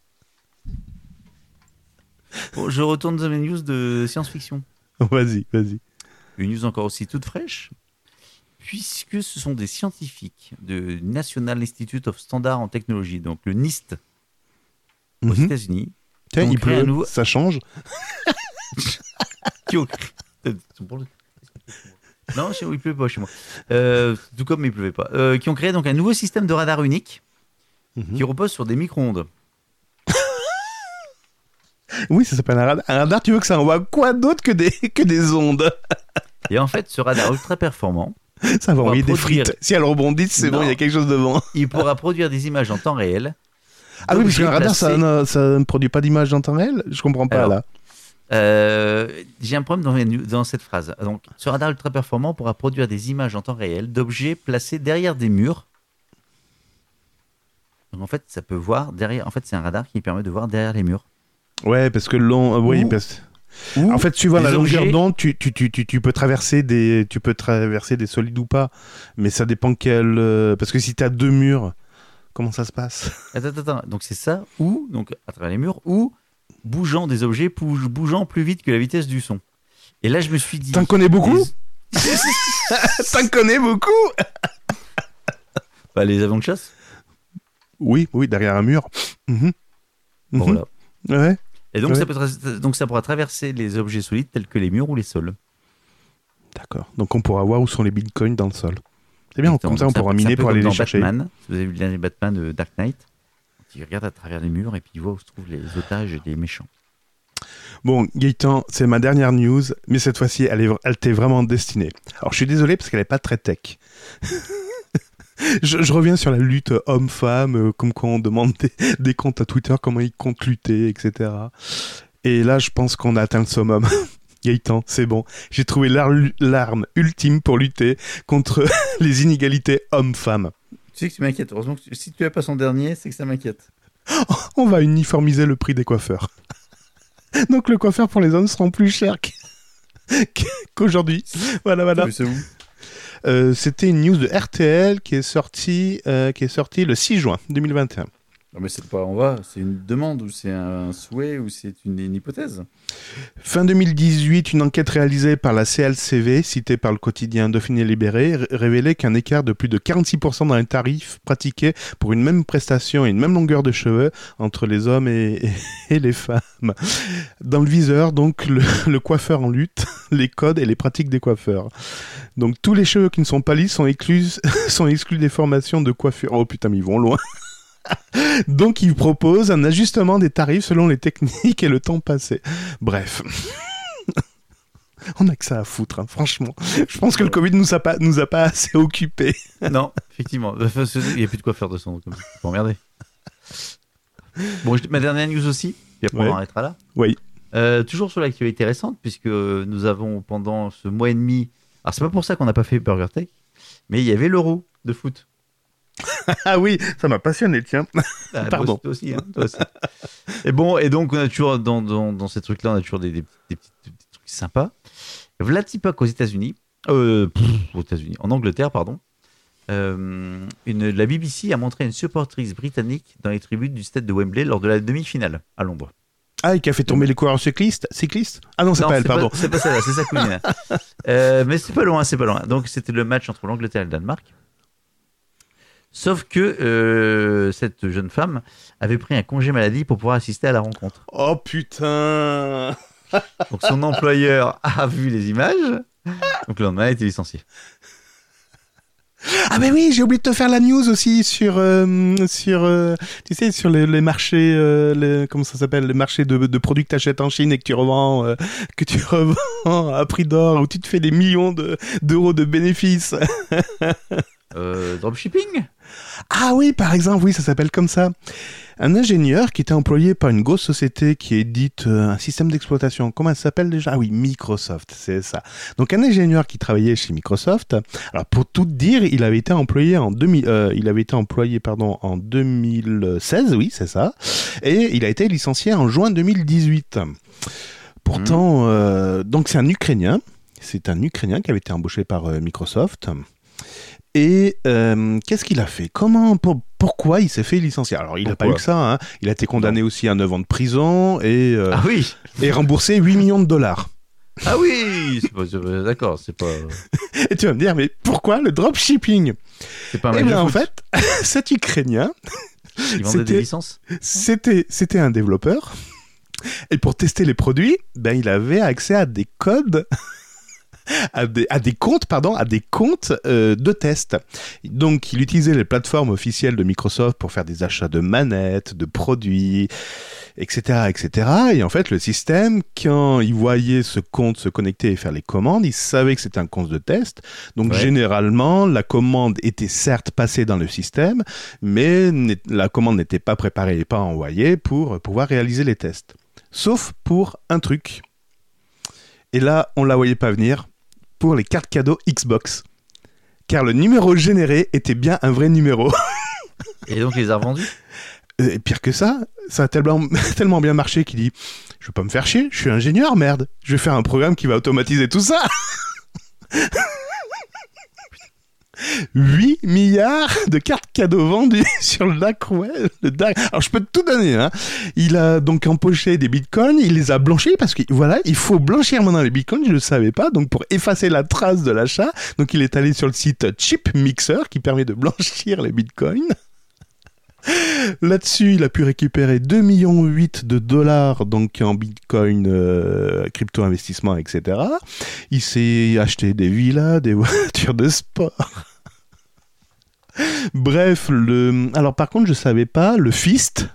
Bon, je retourne dans mes news de science-fiction. Vas-y, vas-y. Une news encore aussi toute fraîche, puisque ce sont des scientifiques de National Institute of Standard en Technologie, donc le NIST, aux Mhm. États-Unis, Tiens, ont il créé pleut, un nouveau- ça change. qui ont... Non, chez moi, il pleut pas chez moi. Euh, tout comme il pleuvait pas. Euh, qui ont créé donc un nouveau système de radar unique Mhm. qui repose sur des micro-ondes. Oui, ça s'appelle un radar. Un radar, tu veux que ça envoie quoi d'autre que des, que des ondes? Et en fait, ce radar ultra performant, Ça va On va envoyer des produire- frites. Si elles rebondissent, c'est bon, Non. il y a quelque chose devant. il pourra produire des images en temps réel. Ah oui, parce d'objets qu'un radar, ça, placés- ne- ça ne produit pas d'image en temps réel? Je comprends pas, Alors, là. Euh, J'ai un problème dans, les nu- dans cette phrase. Donc, ce radar ultra performant pourra produire des images en temps réel d'objets placés derrière des murs. Donc en fait, ça peut voir derrière. En fait, c'est un radar qui permet de voir derrière les murs. Ouais, parce que le long... euh, oui, Ou- parce... Ou En fait, suivant des la longueur objets- d'onde, tu, tu, tu, tu, tu peux traverser des, tu peux traverser des solides ou pas. Mais ça dépend quel. euh, Parce que si tu as deux murs, comment ça se passe? Attends, attends, attends. Donc c'est ça, ou donc à travers les murs, ou bougeant des objets, pou- bougeant plus vite que la vitesse du son. Et là, je me suis dit. T'en connais beaucoup? les... T'en connais beaucoup? Bah, les avions de chasse. Oui, oui, derrière un mur. Mhm. Bon, Mhm. voilà. Ouais. Et donc, Ouais. ça peut tra- donc ça pourra traverser les objets solides tels que les murs ou les sols. D'accord. Donc on pourra voir où sont les bitcoins dans le sol. C'est bien, Exactement. comme ça on Donc, pourra c'est un miner peu pour comme aller les dans chercher. Batman. Si vous avez vu le dernier Batman de Dark Knight, il regarde à travers les murs et puis il voit où se trouvent les otages et les méchants. Bon, Gaëtan, c'est ma dernière news, mais cette fois-ci, elle, est, elle t'est vraiment destinée. Alors, je suis désolé parce qu'elle n'est pas très tech. je, je reviens sur la lutte homme-femme, euh, comme quand on demande des, des comptes à Twitter, comment ils comptent lutter, et cetera. Et là, je pense qu'on a atteint le summum. Gaëtan, c'est bon. J'ai trouvé l'ar- l'arme ultime pour lutter contre les inégalités hommes-femmes. Tu sais que tu m'inquiètes. Heureusement que tu- si tu n'as pas son dernier, c'est que ça m'inquiète. On va uniformiser le prix des coiffeurs. Donc le coiffeur pour les hommes sera plus cher qu'- qu'aujourd'hui. Voilà, voilà. Tu sais où? Euh, c'était une news de R T L qui est sortie, euh, qui est sortie le six juin deux mille vingt et un. Non, mais c'est pas on va, c'est une demande ou c'est un souhait ou c'est une, une hypothèse. Fin deux mille dix-huit, une enquête réalisée par la C L C V, citée par le quotidien Dauphiné Libéré, r- révélait qu'un écart de plus de quarante-six pour cent dans les tarifs pratiqués pour une même prestation et une même longueur de cheveux entre les hommes et, et, et les femmes. Dans le viseur, donc, le, le coiffeur en lutte, les codes et les pratiques des coiffeurs. Donc, tous les cheveux qui ne sont pas lisses sont exclus, sont exclus des formations de coiffure. Oh putain, mais ils vont loin. Donc, il propose un ajustement des tarifs selon les techniques et le temps passé. Bref. On n'a que ça à foutre, hein, franchement. Je pense que le Covid nous a pas, nous a pas assez occupés. Non, effectivement. Enfin, c'est- Il n'y a plus de quoi faire de son. Comme ça. Faut pas emmerder. Bon, je- ma dernière news aussi, puis après Ouais. on arrêtera là. Oui. Euh, toujours sur l'actualité récente, puisque nous avons pendant ce mois et demi. Alors, c'est pas pour ça qu'on n'a pas fait Burger Tech, mais il y avait l'Euro de foot. Ah oui, ça m'a passionné, tiens. Ah, Pardon. Toi aussi, toi aussi, hein, toi aussi. Et bon, et donc on a toujours dans, dans, dans ces trucs-là, on a toujours des, des, des petits, des petits trucs sympas. Vlatipak aux États-Unis, euh, pff, aux États-Unis, en Angleterre, pardon. Euh, une, la B B C a montré une supportrice britannique dans les tribunes du stade de Wembley lors de la demi-finale à Londres. Ah, et qui a fait tomber les coureurs cyclistes, cyclistes Ah non, c'est Non, pas elle, pardon. C'est pas ça, c'est sa cousine. euh, mais c'est pas loin, c'est pas loin. Donc c'était le match entre l'Angleterre et le Danemark. Sauf que euh, cette jeune femme avait pris un congé maladie pour pouvoir assister à la rencontre. Oh putain. Donc son employeur a vu les images. Donc le lendemain, elle a été licenciée. Ah mais oui, j'ai oublié de te faire la news aussi sur euh, sur euh, tu sais sur les, les marchés euh, les, comment ça s'appelle les marchés de, de produits que tu achètes en Chine et que tu revends euh, que tu revends à prix d'or où tu te fais des millions de d'euros de bénéfices. Euh, dropshipping. Ah oui, par exemple, oui, ça s'appelle comme ça. Un ingénieur qui était employé par une grosse société qui édite euh, un système d'exploitation. Comment elle s'appelle déjà ? Ah oui, Microsoft, c'est ça. Donc un ingénieur qui travaillait chez Microsoft. Alors pour tout dire, il avait été employé en deux mille, euh, il avait été employé pardon en deux mille seize, oui, c'est ça. Et il a été licencié en juin deux mille dix-huit. Pourtant, mmh. euh, donc c'est un Ukrainien. C'est un Ukrainien qui avait été embauché par euh, Microsoft. Et euh, qu'est-ce qu'il a fait ? Comment, pour, pourquoi il s'est fait licencier ? Alors, il n'a pas eu que ça. Hein. Il a été condamné non. aussi à neuf ans de prison et, euh, ah oui. et remboursé huit millions de dollars. Ah oui, c'est pas, c'est pas, d'accord, c'est pas... Et tu vas me dire, mais pourquoi le dropshipping ? C'est pas un Eh bien, en fait, cet Ukrainien... Il vendait des licences ? C'était, c'était un développeur. Et pour tester les produits, ben, il avait accès à des codes... À des, à des comptes, pardon, à des comptes euh, de test. Donc, il utilisait les plateformes officielles de Microsoft pour faire des achats de manettes, de produits, et cetera, et cetera. Et en fait, le système, quand il voyait ce compte se connecter et faire les commandes, il savait que c'était un compte de test. Donc, ouais. généralement, la commande était certes passée dans le système, mais la commande n'était pas préparée et pas envoyée pour pouvoir réaliser les tests. Sauf pour un truc. Et là, on ne la voyait pas venir. Pour les cartes cadeaux Xbox. Car le numéro généré était bien un vrai numéro. Et donc, il les a revendus ? euh, Et pire que ça, ça a tellement, tellement bien marché qu'il dit « Je vais pas me faire chier, je suis ingénieur, merde. Je vais faire un programme qui va automatiser tout ça. » huit milliards de cartes cadeaux vendues sur le dark web. Le dark... Alors, je peux te tout donner. Hein. Il a donc empoché des bitcoins, il les a blanchis parce que, voilà, il faut blanchir maintenant les bitcoins, je ne le savais pas. Donc, pour effacer la trace de l'achat, donc il est allé sur le site Chip Mixer qui permet de blanchir les bitcoins. Là-dessus, il a pu récupérer deux virgule huit millions de dollars donc en bitcoin, euh, crypto-investissement, et cetera. Il s'est acheté des villas, des voitures de sport. Bref, le... alors par contre, je savais pas, le fist...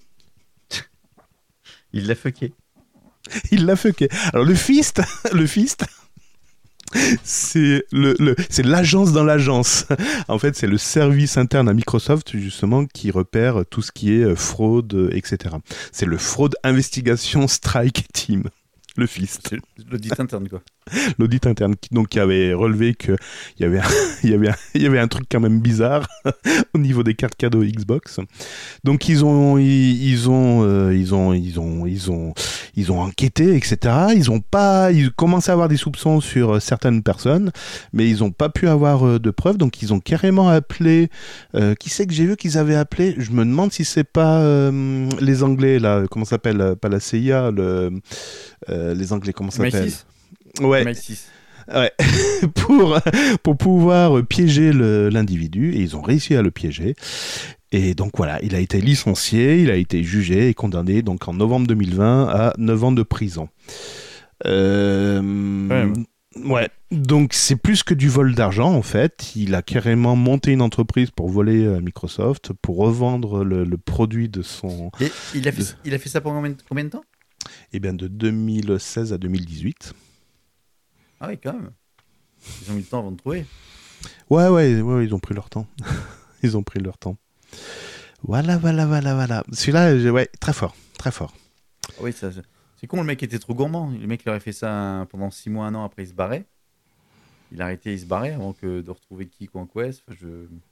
Il l'a fucké. Il l'a fucké. Alors le fist, le fist... C'est, le, le, c'est l'agence dans l'agence. En fait, c'est le service interne à Microsoft, justement, qui repère tout ce qui est fraude, et cetera. C'est le Fraud Investigation Strike Team. le fist. L'audit interne, quoi. L'audit interne qui, donc, qui avait relevé qu'il y avait, un, il y, avait un, il y avait un truc quand même bizarre au niveau des cartes cadeaux Xbox. Donc ils ont, ils, ils ont, euh, ils ont, ils ont, ils ont, ils ont enquêté, et cetera. Ils ont pas, ils commençaient à avoir des soupçons sur certaines personnes, mais ils n'ont pas pu avoir euh, de preuves. Donc ils ont carrément appelé. Euh, qui c'est que j'ai vu qu'ils avaient appelé? Je me demande si c'est pas euh, les Anglais là. Comment ça s'appelle? Pas la C I A, le, euh, les Anglais. Comment ça s'appelle? Ouais. M I six. Ouais. pour, pour pouvoir piéger le, l'individu, et ils ont réussi à le piéger. Et donc voilà, il a été licencié, il a été jugé et condamné donc en novembre deux mille vingt à neuf ans de prison. Euh, ouais. ouais, donc c'est plus que du vol d'argent en fait. Il a carrément monté une entreprise pour voler euh, Microsoft, pour revendre le, le produit de son... Et il a fait, de... il a fait ça pendant combien de temps? Eh bien de deux mille seize à deux mille dix-huit. Ah oui, quand même. Ils ont eu le temps avant de trouver. Ouais, ouais, ouais, ils ont pris leur temps. Ils ont pris leur temps. Voilà, voilà, voilà, voilà. Celui-là, ouais, très fort, très fort. Ah oui, ça, c'est con, le mec était trop gourmand. Le mec, il aurait fait ça pendant six mois, un an, après il se barrait. Il a arrêté, il se barrait avant que de retrouver qui, quoi, quoi. Enfin, je...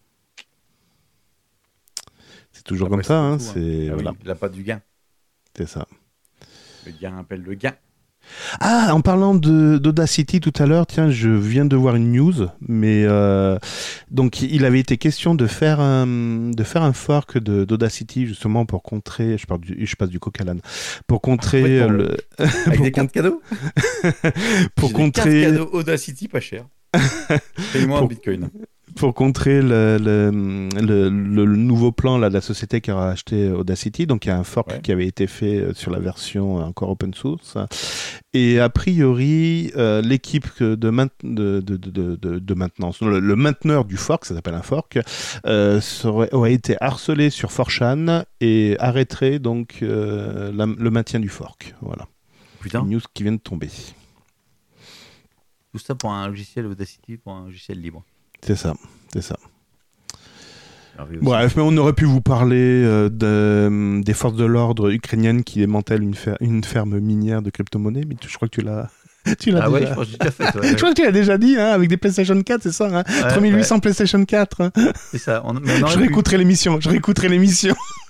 C'est toujours après, comme ça, hein. Tout, c'est... hein. Ah voilà. oui, il n'a pas du gain. C'est ça. Le gain appelle le gain. Ah, en parlant de, d'Audacity tout à l'heure, tiens, je viens de voir une news, mais euh, donc il avait été question de faire un, de faire un fork de, d'Audacity justement pour contrer, je, parle du, je passe du coq à l'âne, pour contrer ah, ouais, pour le... Avec des cartes cadeaux Pour J'ai contrer... des cartes cadeaux Audacity pas cher. Paye-moi pour... en bitcoin. Pour contrer le, le, le, le, le nouveau plan là, de la société qui a acheté Audacity, donc il y a un fork ouais. qui avait été fait sur la version encore open source. Et a priori, euh, l'équipe de, main, de, de, de, de, de maintenance, le, le mainteneur du fork, ça s'appelle un fork, euh, serait, aurait été harcelé sur four chan et arrêterait donc euh, la, le maintien du fork. Voilà. Putain. Une news qui vient de tomber. Tout ça pour un logiciel Audacity, pour un logiciel libre. C'est ça, c'est ça. Bref, mais on aurait pu vous parler euh, de, des forces de l'ordre ukrainiennes qui démantèlent une, fer- une ferme minière de crypto-monnaies, mais tu, je crois que tu l'as, tu l'as ah déjà... ouais, je crois que j'ai déjà fait. Ouais, ouais. Je crois que tu l'as déjà dit, hein, avec des PlayStation quatre, c'est ça, hein, ouais, trois mille huit cents ouais. PlayStation quatre. Hein. C'est ça. On, mais on je réécouterai pu... l'émission, je réécouterai l'émission.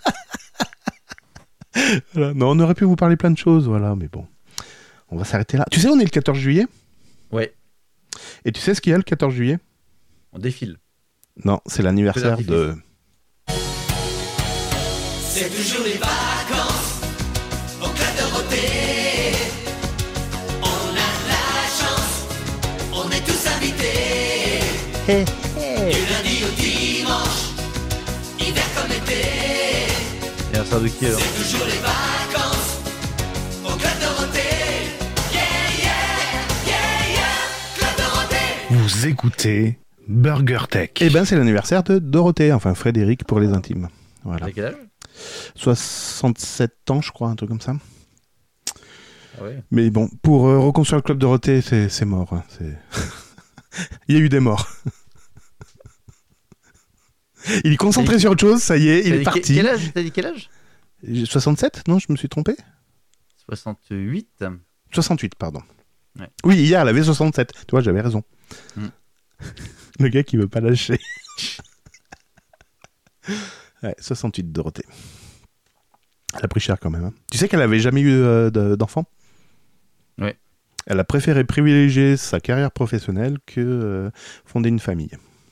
Voilà. Non, on aurait pu vous parler plein de choses, voilà, mais bon, on va s'arrêter là. Tu sais, on est le quatorze juillet. Ouais. Et tu sais ce qu'il y a le quatorze juillet? On défile. Non, c'est l'anniversaire de... C'est toujours les vacances au Club Dorothée. On a la chance, on est tous invités. Hey, hey. Du lundi au dimanche, hiver comme été. Anniversaire de qui alors? C'est toujours les vacances au Club Dorothée. Yeah, yeah, yeah, yeah, Club Dorothée. Vous écoutez BurgerTech. Eh ben, c'est l'anniversaire de Dorothée, enfin Frédéric pour les intimes. Voilà. T'as quel âge? soixante-sept ans, je crois, un truc comme ça. Ah ouais. Mais bon, pour euh, reconstruire le club Dorothée, c'est, c'est mort. Hein, c'est... Il y a eu des morts. Il est concentré dit... sur autre chose, ça y est, il est parti. Quel âge? T'as dit quel âge? soixante-sept? Non, je me suis trompé. soixante-huit. soixante-huit, pardon. Ouais. Oui, hier, elle avait soixante-sept. Tu vois, j'avais raison. Mm. Le gars qui veut pas lâcher. Ouais, soixante-huit, Dorothée. Elle a pris cher quand même. Hein. Tu sais qu'elle avait jamais eu euh, de, d'enfant? Ouais. Elle a préféré privilégier sa carrière professionnelle que euh, fonder une famille.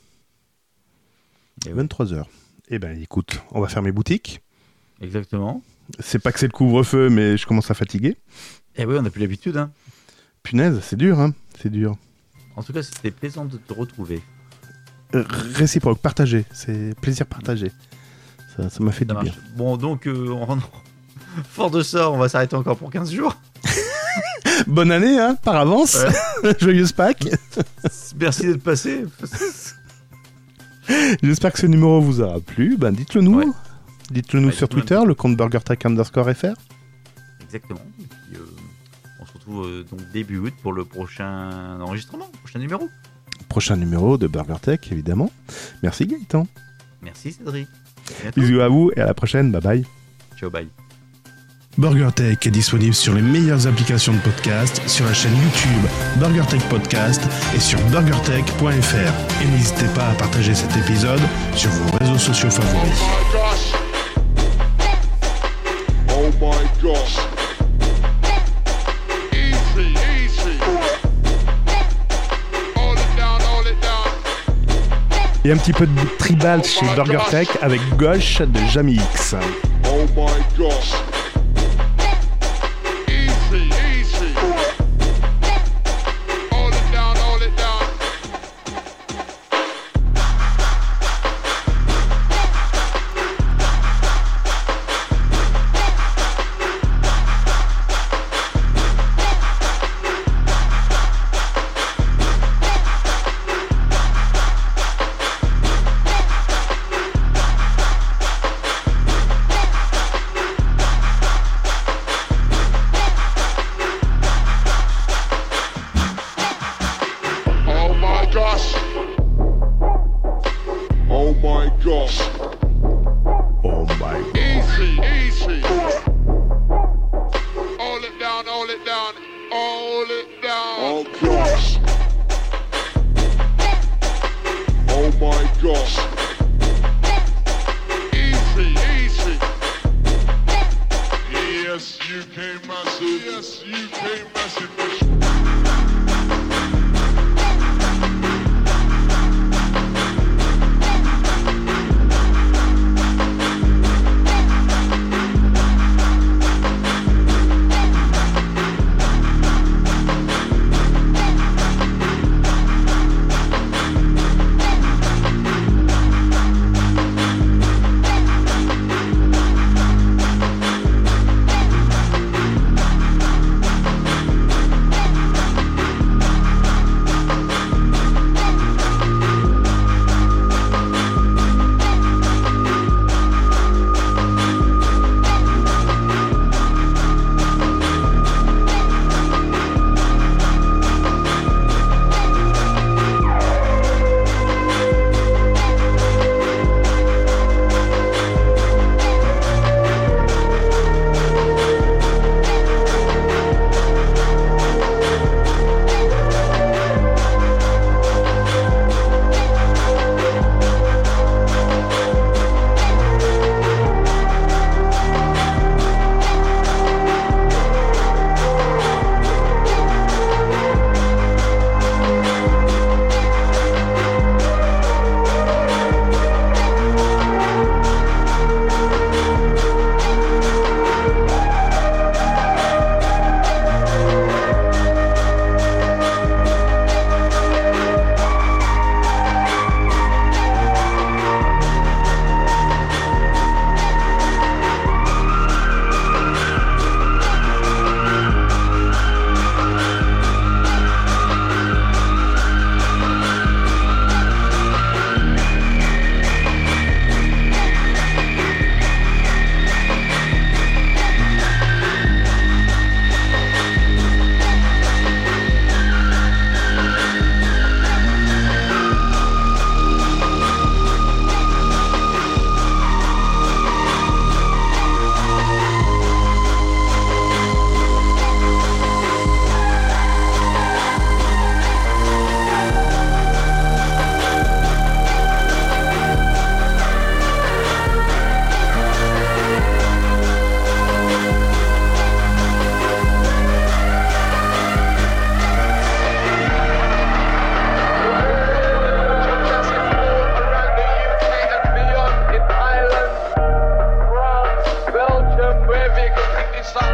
Et vingt-trois heures. Eh ben, écoute, on va fermer boutique. Exactement. C'est pas que c'est le couvre-feu, mais je commence à fatiguer. Eh oui, on n'a plus l'habitude. Hein. Punaise, c'est dur, hein. C'est dur. En tout cas, c'était plaisant de te retrouver. Réciproque, partagé. C'est plaisir partagé. Ça, ça m'a fait ça du marche. Bien. Bon, donc, euh, on... fort de ça, on va s'arrêter encore pour quinze jours. Bonne année, hein, par avance. Ouais. Joyeuse Pâques. Merci d'être passé. J'espère que ce numéro vous aura plu. Ben, dites-le nous. Ouais. Dites-le nous ouais, sur Twitter, le compte BurgerTech underscore F R. Exactement. Et puis, euh, on se retrouve euh, donc début août pour le prochain enregistrement, prochain numéro. Prochain numéro de BurgerTech, évidemment. Merci Gaëtan. Merci Cédric. Bisous à vous et à la prochaine. Bye bye. Ciao, bye. BurgerTech est disponible sur les meilleures applications de podcast, sur la chaîne YouTube BurgerTech Podcast et sur burgertech point f r. Et n'hésitez pas à partager cet épisode sur vos réseaux sociaux favoris. Oh my gosh. Easy, easy. Hold it down, hold it down. Et un petit peu de tribal chez BurgerTech avec Gauche de Jamie X. Oh my gosh. Easy, easy. Hold it down, hold it down. Oh my gosh. Oh my gosh. Oh my god. Easy, easy. Hold it down, hold it down, hold it down. Oh gosh. Oh my gosh. Easy, easy. Yes, U K massive. Yes, U K massive. Belgium, where we could